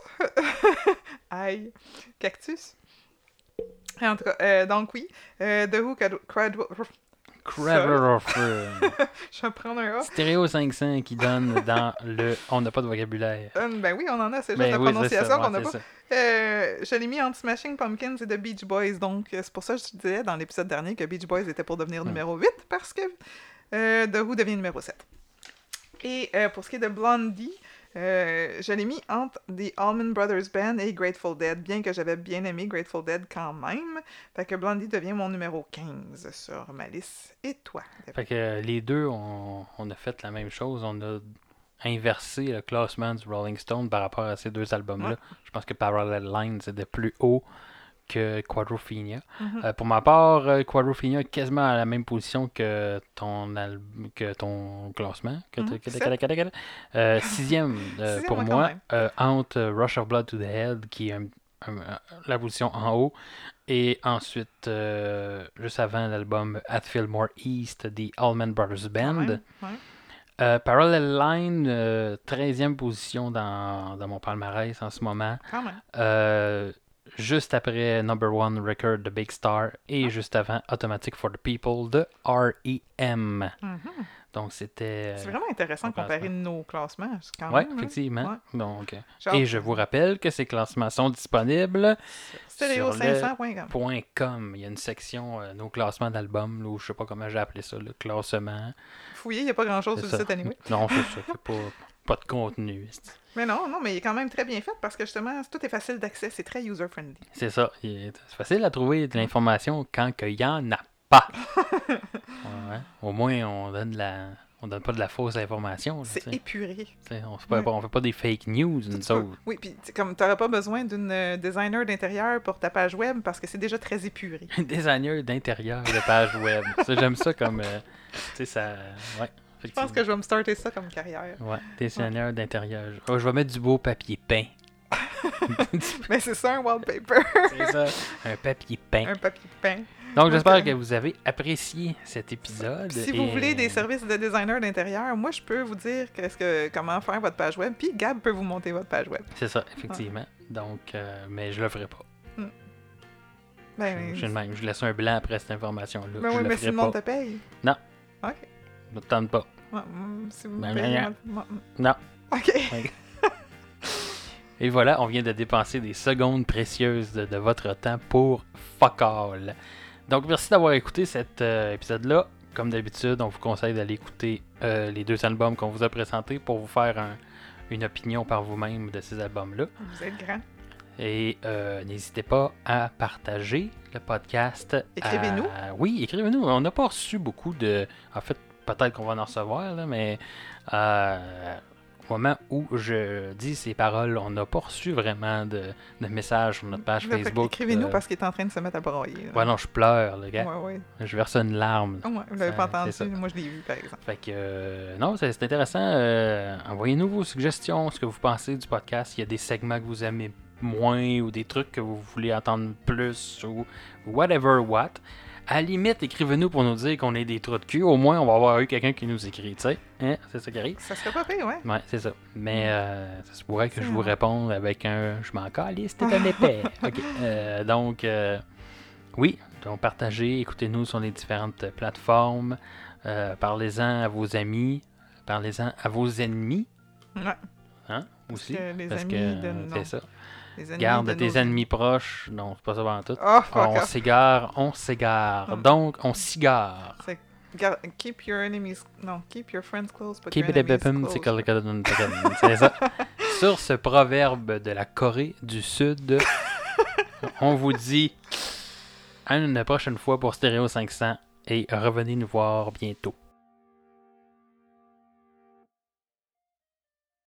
Aïe. Cactus. Et en tout cas, euh, donc oui, euh, The Who, Crad... Crad... Je vais prendre un A. Stéréo cinq cents qui donne dans le... On n'a pas de vocabulaire. Euh, ben oui, on en a, c'est juste Ben la oui, c'est prononciation ça, qu'on ouais, n'a c'est pas. ça. Euh, je l'ai mis entre Smashing Pumpkins et The Beach Boys, donc euh, c'est pour ça que je te disais dans l'épisode dernier que Beach Boys était pour devenir Hmm. numéro huit, parce que euh, The Who devient numéro sept. Et euh, pour ce qui est de Blondie, euh, je l'ai mis entre The Allman Brothers Band et Grateful Dead, bien que j'avais bien aimé Grateful Dead quand même. Fait que Blondie devient mon numéro quinze sur ma liste. Et toi? David? Fait que euh, les deux, on, on a fait la même chose. On a inversé le classement du Rolling Stone par rapport à ces deux albums-là. Ouais. Je pense que Parallel Lines était plus haut que Quadrophenia. Mhm. Euh, pour ma part, euh, Quadrophenia est quasiment à la même position que ton al- que ton classement. Que Mhm, t'as- que t'as- sept. que t'as- que t'as- que t'as. Euh, sixième, euh, Sixième, pour ouais, quand moi, même. euh, entre Rush of Blood to the Head, qui est un- un- un- la position en haut, et ensuite, euh, juste avant l'album At Fillmore East, The Allman Brothers Quand Band. même, ouais. Euh, Parallel Line, euh, treizième position dans, dans mon palmarès en ce moment. Quand même. Euh, juste après Number One Record de Big Star et Ah. juste avant Automatic for the People de R E M. Mhm. Donc c'était... C'est vraiment intéressant de Ton comparer classement. nos classements, quand Oui, même. hein. effectivement. Ouais. Donc, euh, Genre, et je vous rappelle que ces classements sont disponibles stéréo sur le cinq cents point com. point .com. Il y a une section, euh, nos classements d'albums, là, où je sais pas comment j'ai appelé ça, le classement. Fouiller, il n'y a pas grand-chose C'est sur le ça. site anyway. Non, c'est ça. C'est pas, pas de contenu. c'est- Mais non, non, mais il est quand même très bien fait parce que justement, tout est facile d'accès, c'est très user-friendly. C'est ça. Il est- C'est facile à trouver de l'information quand il y en a pas. Ouais. Au moins, on donne la... On donne pas de la fausse information. là, C'est tu sais. épuré. Tu sais, on fait pas, Ouais. on fait pas des fake news, Tout nous ça. autres. Oui, puis tu sais, comme tu n'auras pas besoin d'une euh, designer d'intérieur pour ta page web parce que c'est déjà très épuré. Designer d'intérieur de page web. Ça, j'aime ça comme... euh, tu sais, ça... Ouais, Je pense que je vais me starter ça comme carrière. Ouais, designer d'intérieur. Oh, je vais mettre du beau papier peint. Mais c'est ça un wallpaper, C'est ça. Un papier peint. un papier peint. Donc, j'espère Ok. que vous avez apprécié cet épisode. Si et- vous voulez des services de designer d'intérieur, moi je peux vous dire qu'est-ce que, comment faire votre page web, puis Gab peut vous monter votre page web. C'est ça, effectivement. Donc, euh, mais je le ferai pas. Ben, Je, je, même, je laisse un blanc après cette information-là. ben je oui, le mais si ferai le monde pas. te paye. Non. Ok. Je ne tente pas. Ouais, mm, si vous me Ben, payez, ben, moi- moi- Non. Ok. Et voilà, on vient de dépenser des secondes précieuses de, de votre temps pour fuck all. Donc, merci d'avoir écouté cet euh, épisode-là. Comme d'habitude, on vous conseille d'aller écouter euh, les deux albums qu'on vous a présentés pour vous faire un- une opinion par vous-même de ces albums-là. Vous êtes grand. Et euh, n'hésitez pas à partager le podcast. Écrivez-nous. à- Oui, écrivez-nous. On n'a pas reçu beaucoup de... En fait, peut-être qu'on va en recevoir, là, mais euh, au moment où je dis ces paroles, on n'a pas reçu vraiment de, de messages sur notre page Là, fait Facebook. Écrivez-nous euh, parce qu'il est en train de se mettre à broyer. là. Ouais, non, je pleure, le gars. Ouais, ouais. Je verse une larme. Ah ouais, vous l'avez Ça, pas entendu, c'est ça. moi je l'ai vu par exemple. Fait que, euh, non, c'est c'est intéressant. Euh, Envoyez-nous vos suggestions, ce que vous pensez du podcast. Il y a des segments que vous aimez moins ou des trucs que vous voulez entendre plus ou whatever what. À la limite, écrivez-nous pour nous dire qu'on est des trous de cul. Au moins, on va avoir eu quelqu'un qui nous écrit, tu sais. Hein? C'est ça qui arrive. Ça serait pas pire, ouais. Ouais, c'est ça. Mais euh, ça se pourrait que C'est je vous vrai. réponde avec un « je m'en calisse, t'es un épais ». OK. Euh, donc, euh, Oui, donc partagez, écoutez-nous sur les différentes plateformes. Euh, parlez-en à vos amis. Parlez-en à vos ennemis. Ouais. Hein? Aussi. que les parce amis que de- euh, non. c'est ça. Les ennemis Garde de tes nos ennemis proches. Non, c'est pas ça en tout. Oh, fuck On off. s'égare, on s'égare. Hum. Donc, on s'égare. C'est- gar- Keep your enemies... Non, keep your friends close, but Keep your it a enemies bepum, close. c'est que- c'est ça. Sur ce proverbe de la Corée du Sud, on vous dit à une prochaine fois pour Stéréo cinq cents et revenez nous voir bientôt.